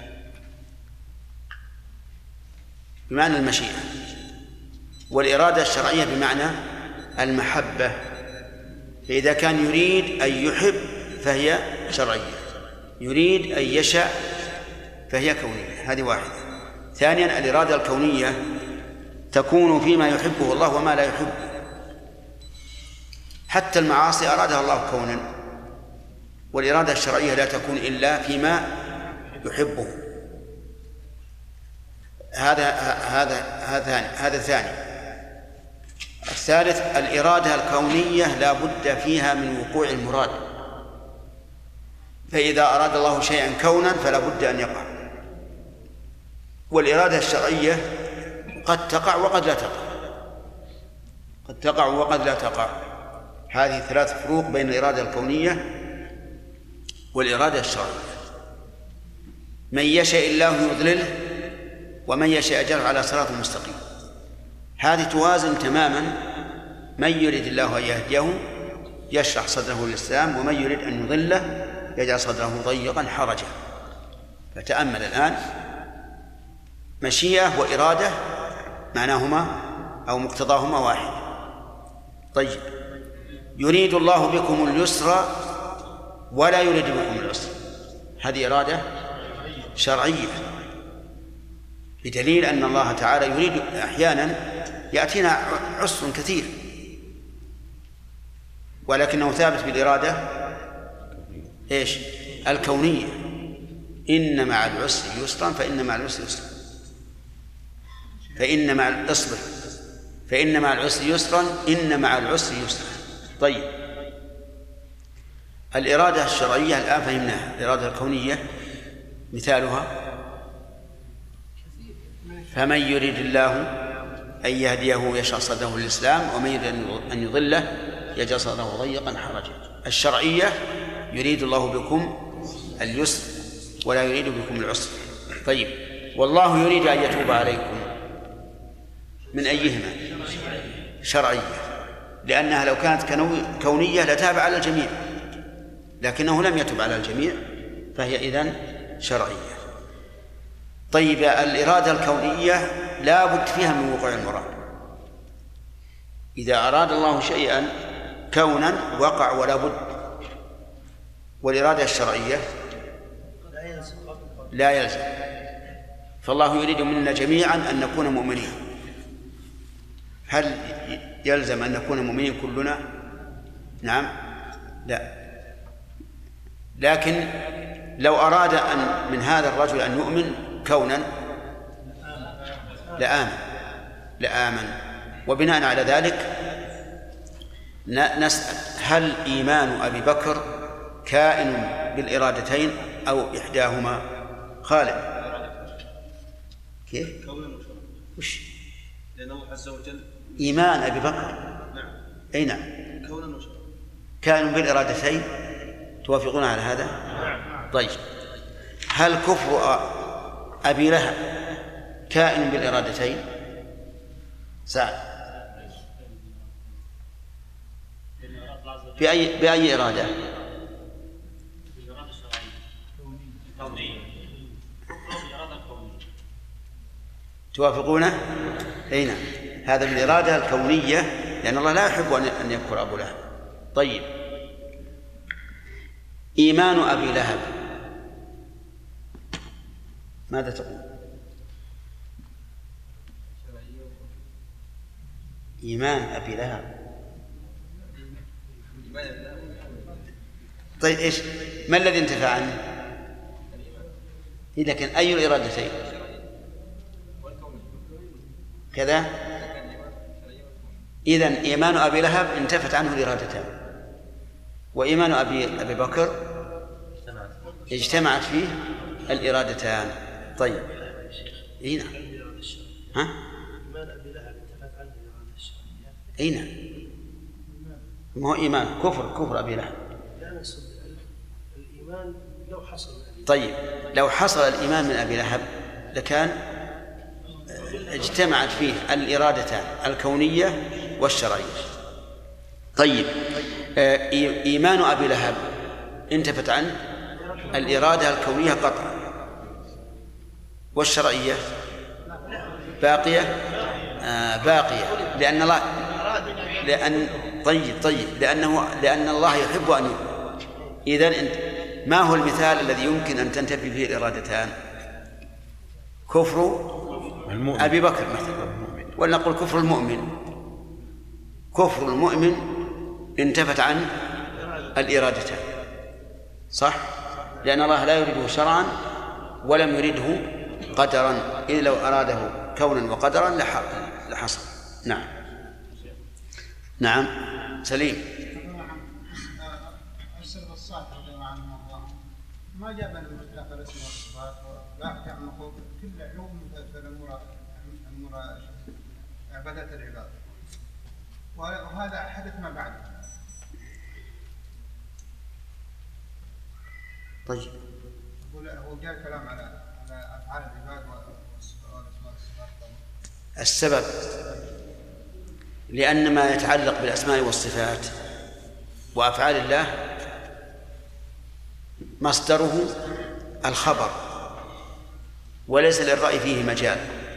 بمعنى المشيئة، والإرادة الشرعية بمعنى المحبة. فإذا كان يريد أن يحب فهي شرعية، يريد أن يشاء فهي كونية. هذه واحدة. ثانيا، الإرادة الكونية تكون فيما يحبه الله وما لا يحبه. حتى المعاصي أرادها الله كونا، والإرادة الشرعية لا تكون إلا فيما يحبه. هذا هذا هذا هذا ثاني. الثالث: الإرادة الكونية لا بد فيها من وقوع المراد، فإذا أراد الله شيئا كونا فلا بد أن يقع. والإرادة الشرعية قد تقع وقد لا تقع، قد تقع وقد لا تقع. هذه ثلاث فروق بين الإرادة الكونية والإرادة الشرعية. من يشاء الله يضلله ومن يشاء يجعله على صراط مستقيم. هذه توازن تماما. من يريد الله أن يهديه يشرح صدره للإسلام ومن يريد أن يضله يجعل صدره ضيقا حرجا. فتأمل الآن: مشيئة وإرادة معناهما أو مقتضاهما واحد. طيب. يريد الله بكم اليسر ولا يريد بكم العسر، هذه إرادة شرعية، بدليل أن الله تعالى يريد أحيانا يأتينا عسر كثير ولكنه ثابت بالإرادة إيش؟ الكونية. إن مع العسر يسرا فإن مع العسر يسرا فإن مع الأصبر فإن مع العسر يسرا إن مع العسر يسرا. طيب. الإرادة الشرعية الآن فهمناها. الإرادة الكونية مثالها: فمن يريد الله أن يهديه يشرح صدره للإسلام ومن يريد أن يضله يجعل صدره ضيقا حرجا. الشرعية: يريد الله بكم اليسر ولا يريد بكم العسر. طيب. والله يريد أن يتوب عليكم، من أيهما؟ شرعية، لأنها لو كانت كونية لتاب على الجميع، لكنه لم يتب على الجميع فهي إذن شرعية. طيب. الإرادة الكونية لا بد فيها من وقوع المراد. إذا أراد الله شيئا كونا وقع ولا بد. والإرادة الشرعية لا يلزم. فالله يريد منا جميعا أن نكون مؤمنين. هل يلزم أن نكون مؤمنين كلنا؟ نعم. لا. لكن لو أراد أن من هذا الرجل أن يؤمن كونا لآمن لآمن وبناء على ذلك نسأل: هل إيمان أبي بكر كائن بالإرادتين أو إحداهما خالد؟ كيف؟ كونا وشرعا. وش؟ لأنه عز وجل إيمان أبي بكر. نعم. أي نعم. كونا وشرعا. كانوا بالإرادتين، توافقون على هذا؟ نعم. طيب، هل كفر أبي لهب كائن بالإرادتين؟ سعد. بأي بأي إرادة؟ توافقونه؟ أي نعم، هذا بالإرادة الكونية، لأن الله لا يحب أن يكفر أبو لهب. طيب، إيمان أبي لهب ماذا تقول؟ إيمان أبي لهب. طيب إيش؟ ما الذي انتفع عنه؟ لكن أي الإرادتين؟ كذا. إذن إيمان أبي لهب انتفت عنه الإرادتان، وإيمان أبي أبي بكر اجتمعت فيه الإرادتان. طيب، إيه نعم. ها؟ إيمان أبي لهب انتفت عنه الإرادة الشرعية. إيه نعم. ما هو إيمان كفر كفر أبي لهب. لا نقصد الإيمان لو حصل. طيب، لو حصل الإيمان من أبي لهب لكان اجتمعت فيه الإرادتان الكونية والشرعية. طيب، إيمان أبي لهب انتفت عنه الإرادة الكونية قطعا، والشرعية باقية. آه باقية لأن الله لأن طيب طيب لأنه لأن الله يحب أن يؤمن. إذن ما هو المثال الذي يمكن أن تنتفي فيه الإرادتان؟ كفر المؤمن. أبي بكر مثلا، ولنقل كفر المؤمن. كفر المؤمن انتفت عنه الإرادتان، صح؟ لأن الله لا يريده شرعا ولم يريده قدرا، إذ لو أراده كونا وقدرا لحصل. نعم. نعم. سليم. السلف الصالح رضي الله عنهم ما جاب من اختلاف الاسم والصفات ولا نقول كل علوم في الامور امور عبادات العباد، وهذا حدث ما بعد. طيب، هو جاء كلام على على افعال العباد والاسماء والصفات. السبب لأن ما يتعلق بالأسماء والصفات وأفعال الله مصدره الخبر، وليس للرأي فيه مجال.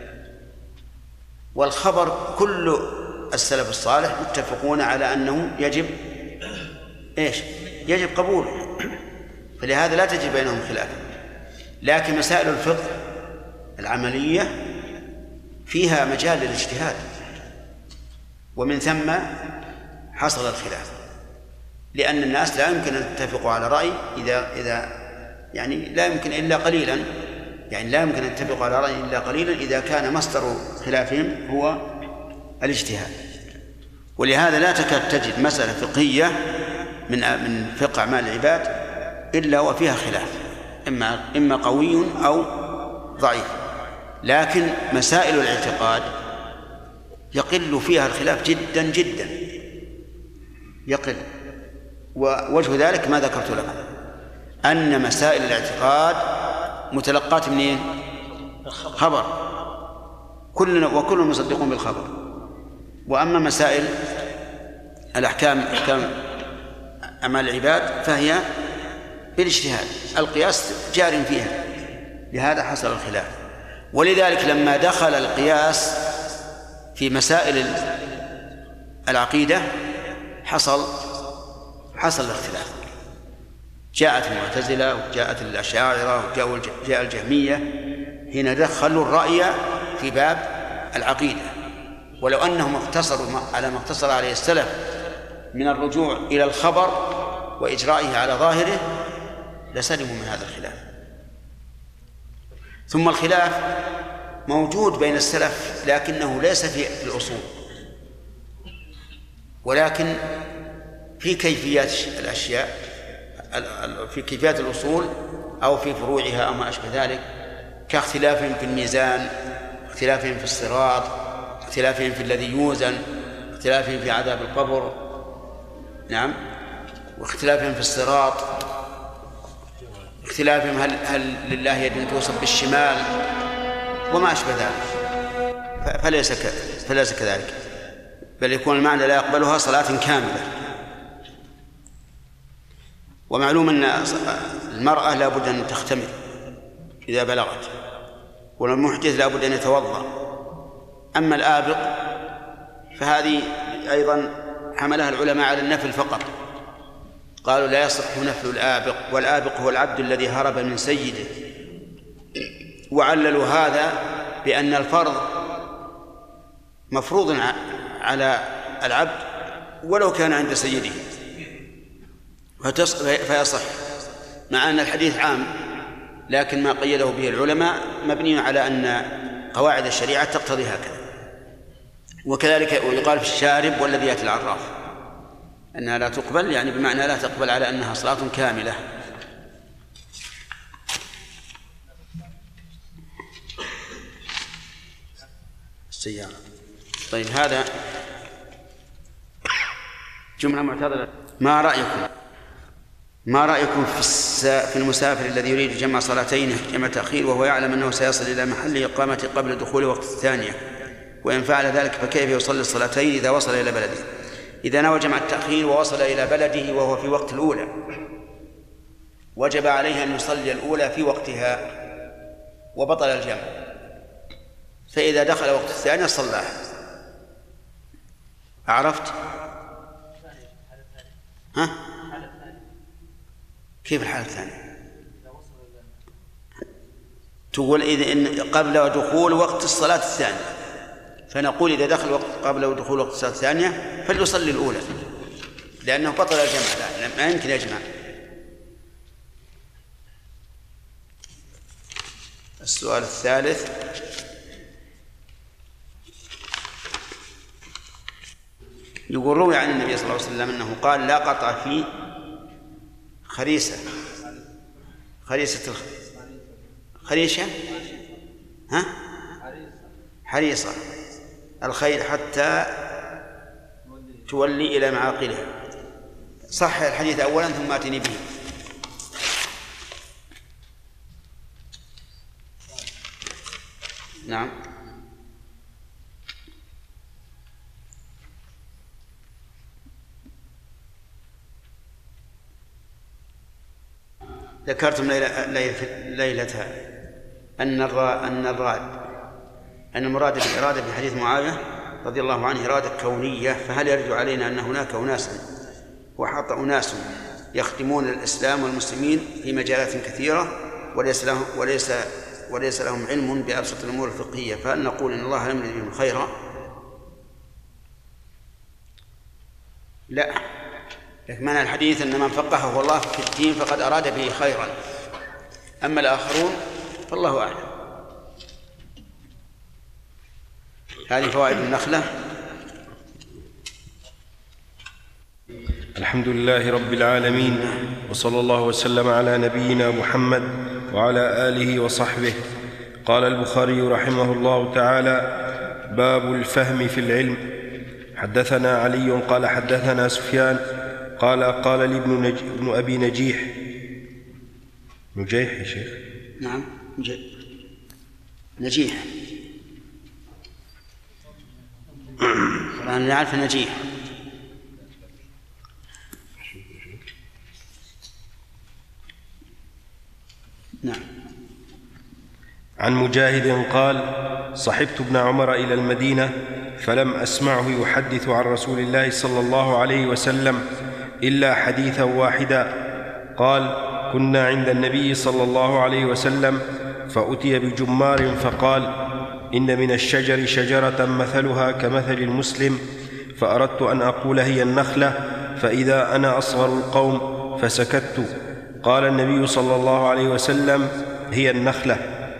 والخبر كل السلف الصالح متفقون على أنه يجب إيش؟ يجب قبوله، فلهذا لا تجد بينهم خلاف. لكن مسائل الفقه العملية فيها مجال للاجتهاد، ومن ثم حصل الخلاف، لأن الناس لا يمكن أن يتفقوا على رأي إذا إذا يعني لا يمكن إلا قليلا، يعني لا يمكن أن يتفقوا على رأي إلا قليلا إذا كان مصدر خلافهم هو الاجتهاد. ولهذا لا تكاد تجد مسألة فقهية من من فقه أعمال العباد إلا وفيها خلاف، إما إما قوي أو ضعيف. لكن مسائل الاعتقاد يقل فيها الخلاف جدا جدا، يقل. ووجه ذلك ما ذكرت لكم، أن مسائل الاعتقاد متلقات منين؟ خبر، كلنا وكل مصدقون بالخبر. وأما مسائل الأحكام أحكام أعمال العباد فهي بالاجتهاد، القياس جار فيها، لهذا حصل الخلاف. ولذلك لما دخل القياس في مسائل العقيدة حصل حصل الاختلاف. جاءت المعتزلة وجاءت الأشاعرة وجاء الجهمية، هنا دخلوا الرأي في باب العقيدة. ولو أنهم اقتصروا على ما اقتصر عليه السلف من الرجوع إلى الخبر وإجرائه على ظاهره لسلموا من هذا الخلاف. ثم الخلاف موجود بين السلف لكنه ليس في الأصول، ولكن في كيفيات الأشياء، في كيفيات الأصول أو في فروعها أو ما أشبه ذلك، كاختلافهم في الميزان، اختلافهم في الصراط، اختلافهم في الذي يوزن، اختلافهم في عذاب القبر، نعم، واختلافهم في الصراط، اختلافهم هل, هل لله يد توصف بالشمال وما أشبه ذلك، فليس فليس كذلك، بل يكون المعنى لا يقبلها صلاة كاملة. ومعلوم أن المرأة لا بد أن تختمر إذا بلغت، والمحدث لا بد أن يتوضأ. أما الآبق فهذه أيضا حملها العلماء على النفل فقط، قالوا لا يصح نفل الآبق، والآبق هو العبد الذي هرب من سيده، وعللوا هذا بأن الفرض مفروض على العبد ولو كان عند سيده فيصح، مع أن الحديث عام، لكن ما قيده به العلماء مبني على أن قواعد الشريعة تقتضي هكذا. وكذلك يقال في الشارب والذي يأتي العراف أنها لا تقبل، يعني بمعنى لا تقبل على أنها صلاة كاملة. السيارة. طيب هذا جملة معترضة. ما رأيكم ما رأيكم في في المسافر الذي يريد جمع صلاتين جمع تأخير وهو يعلم أنه سيصل إلى محل إقامة قبل دخول وقت الثانية، وإن فعل ذلك فكيف يصلي الصلاتين إذا وصل إلى بلده؟ إذا نوى جمع التأخير ووصل إلى بلده وهو في وقت الأولى وجب عليه أن يصلي الأولى في وقتها وبطل الجمع، فإذا دخل وقت الثانية صلى. عرفت؟ ها؟ كيف الحالة الثانية؟ تقول إذا إن قبل دخول وقت الصلاة الثانية، فنقول إذا دخل وقت قبل دخول وقت الصلاة الثانية فليصلي الأولى لأنه بطل الجمع، لا ما يمكن يجمع. السؤال الثالث: يقول روي عن النبي صلى الله عليه وسلم أنه قال لا قطع في خريسة خريسة الخ... خريشة ها حريصة الخير حتى تولي إلى معاقلها. صح الحديث أولا ثم أتني به. نعم. ذكرتم ليلتها أن أن الراد أن المراد بالإرادة في حديث معاوية رضي الله عنه إرادة كونية، فهل يرجع علينا أن هناك أناسا وحط أناس يخدمون الإسلام والمسلمين في مجالات كثيرة وليس لهم وليس وليس لهم علم بأبسط الأمور الفقهية، فهل نقول إن الله لم يرد بهم خيرا؟ لا، لكن معنى الحديث أن من فقهه الله في الدين فقد أراد به خيرا، أما الآخرون فالله أعلم. هذه فوائد النخلة. الحمد لله رب العالمين، وصلى الله وسلم على نبينا محمد وعلى آله وصحبه. قال البخاري رحمه الله تعالى: باب الفهم في العلم. حدثنا علي قال حدثنا سفيان قال قال لي ابن, نج... ابن أبي نجيح نجيح يا شيخ. نعم نجيح، طبعا نعرف نجيح. نعم. عن مجاهد قال: صحبت ابن عمر إلى المدينة فلم أسمعه يحدث عن رسول الله صلى الله عليه وسلم إلا حديثا واحدا. قال: كنا عند النبي صلى الله عليه وسلم فأتي بجمار فقال: إن من الشجر شجرة مثلها كمثل المسلم، فأردت أن أقول هي النخلة، فإذا أنا أصغر القوم فسكت. قال النبي صلى الله عليه وسلم: هي النخلة.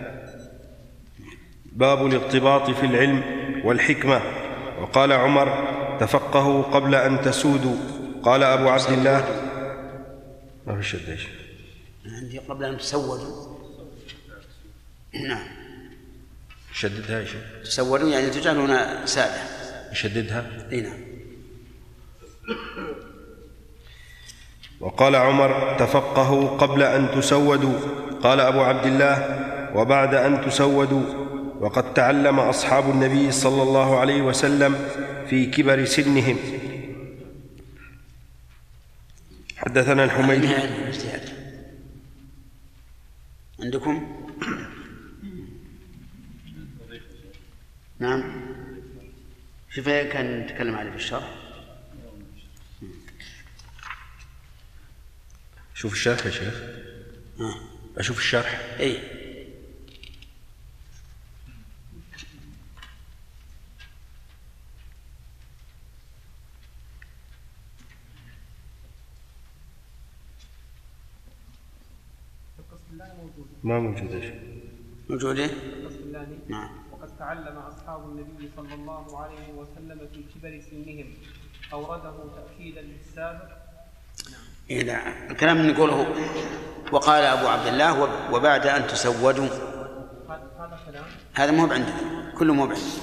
باب الاغتباط في العلم والحكمة. وقال عمر: تفقهوا قبل أن تسودوا. قال أبو عبد الله: ما في شد عندي قبل أن تسودوا. نعم. شددها يا شيخ. تسودوا يعني تجعلون سادة. يشددها. اي نعم. وقال عمر: تفقهوا قبل أن تسودوا. قال أبو عبد الله: وبعد أن تسودوا. وقد تعلم أصحاب النبي صلى الله عليه وسلم في كبر سنهم. حدثنا الحميدي. عندكم؟ نعم. شوف كان نتكلم عليه في الشرح. شوف الشرح يا شيخ. آه. أشوف الشرح. أي. ما موجود يا شيخ. موجود ايه؟ نعم. وقد تعلم أصحاب النبي صلى الله عليه وسلم في كبر سنهم أورده تأكيدا للسابق. إيه لا. الكلام نقوله وقال أبو عبد الله وبعد أن تسودوا. هذا كلام. هذا مو بعندنا، كله مو بعندنا.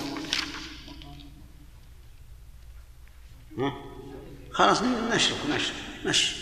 خلاص نشرك نشرك نشرك.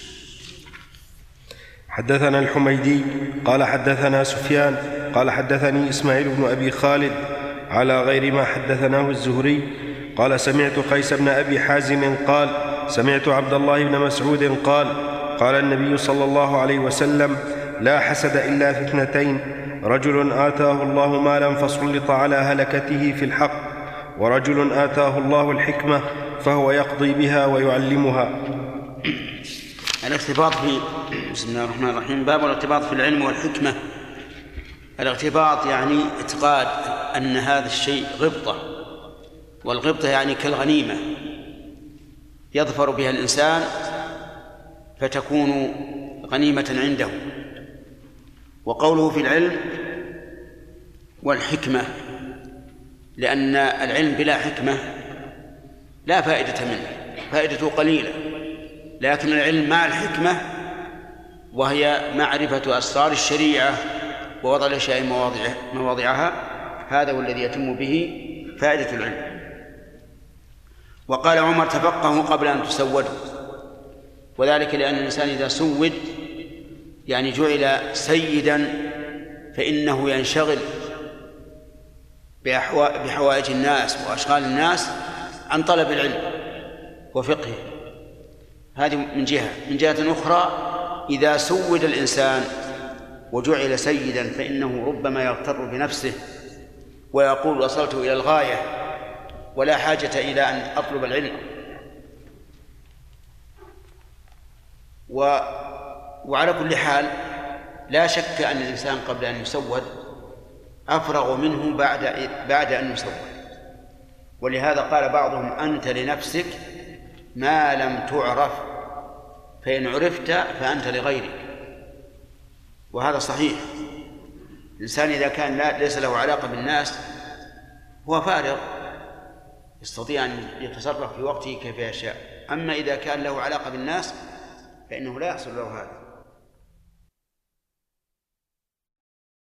حدثنا الحميدي قال حدثنا سفيان قال حدثني إسماعيل بن أبي خالد على غير ما حدثناه الزهري قال: سمعت قيس بن أبي حازم قال: سمعت عبد الله بن مسعود قال: قال النبي صلى الله عليه وسلم: لا حسد إلا في اثنتين، رجل آتاه الله مالا فسلط على هلكته في الحق، ورجل آتاه الله الحكمة فهو يقضي بها ويعلمها. الاغتباط في بسم الله الرحمن الرحيم. باب الاغتباط في العلم والحكمة. الاغتباط يعني اعتقاد أن هذا الشيء غبطة، والغبطة يعني كالغنيمة يظفر بها الإنسان فتكون غنيمة عنده. وقوله في العلم والحكمة لأن العلم بلا حكمة لا فائدة منه، فائدته قليلة، لكن العلم مع الحكمة وهي معرفة أسرار الشريعة ووضع الأشياء مواضعها، هذا هو الذي يتم به فائدة العلم. وقال عمر: تفقهوا قبل أن تسودوا، وذلك لأن الإنسان إذا سود يعني جعل سيدا فإنه ينشغل بحوائج الناس وأشغال الناس عن طلب العلم وفقهه. هذه من جهة. من جهة أخرى إذا سود الإنسان وجعل سيدا فإنه ربما يغتر بنفسه ويقول: وصلت إلى الغاية ولا حاجة إلى أن أطلب العلم. و... وعلى كل حال لا شك أن الإنسان قبل أن يسود أفرغ منه بعد, بعد أن يسود. ولهذا قال بعضهم: أنت لنفسك ما لم تعرف، فإن عرفت فأنت لغيرك. وهذا صحيح. الإنسان إذا كان لا ليس له علاقة بالناس هو فارغ، يستطيع أن يتصرف في وقته كيف يشاء. أما إذا كان له علاقة بالناس فإنه لا يحصل له هذا.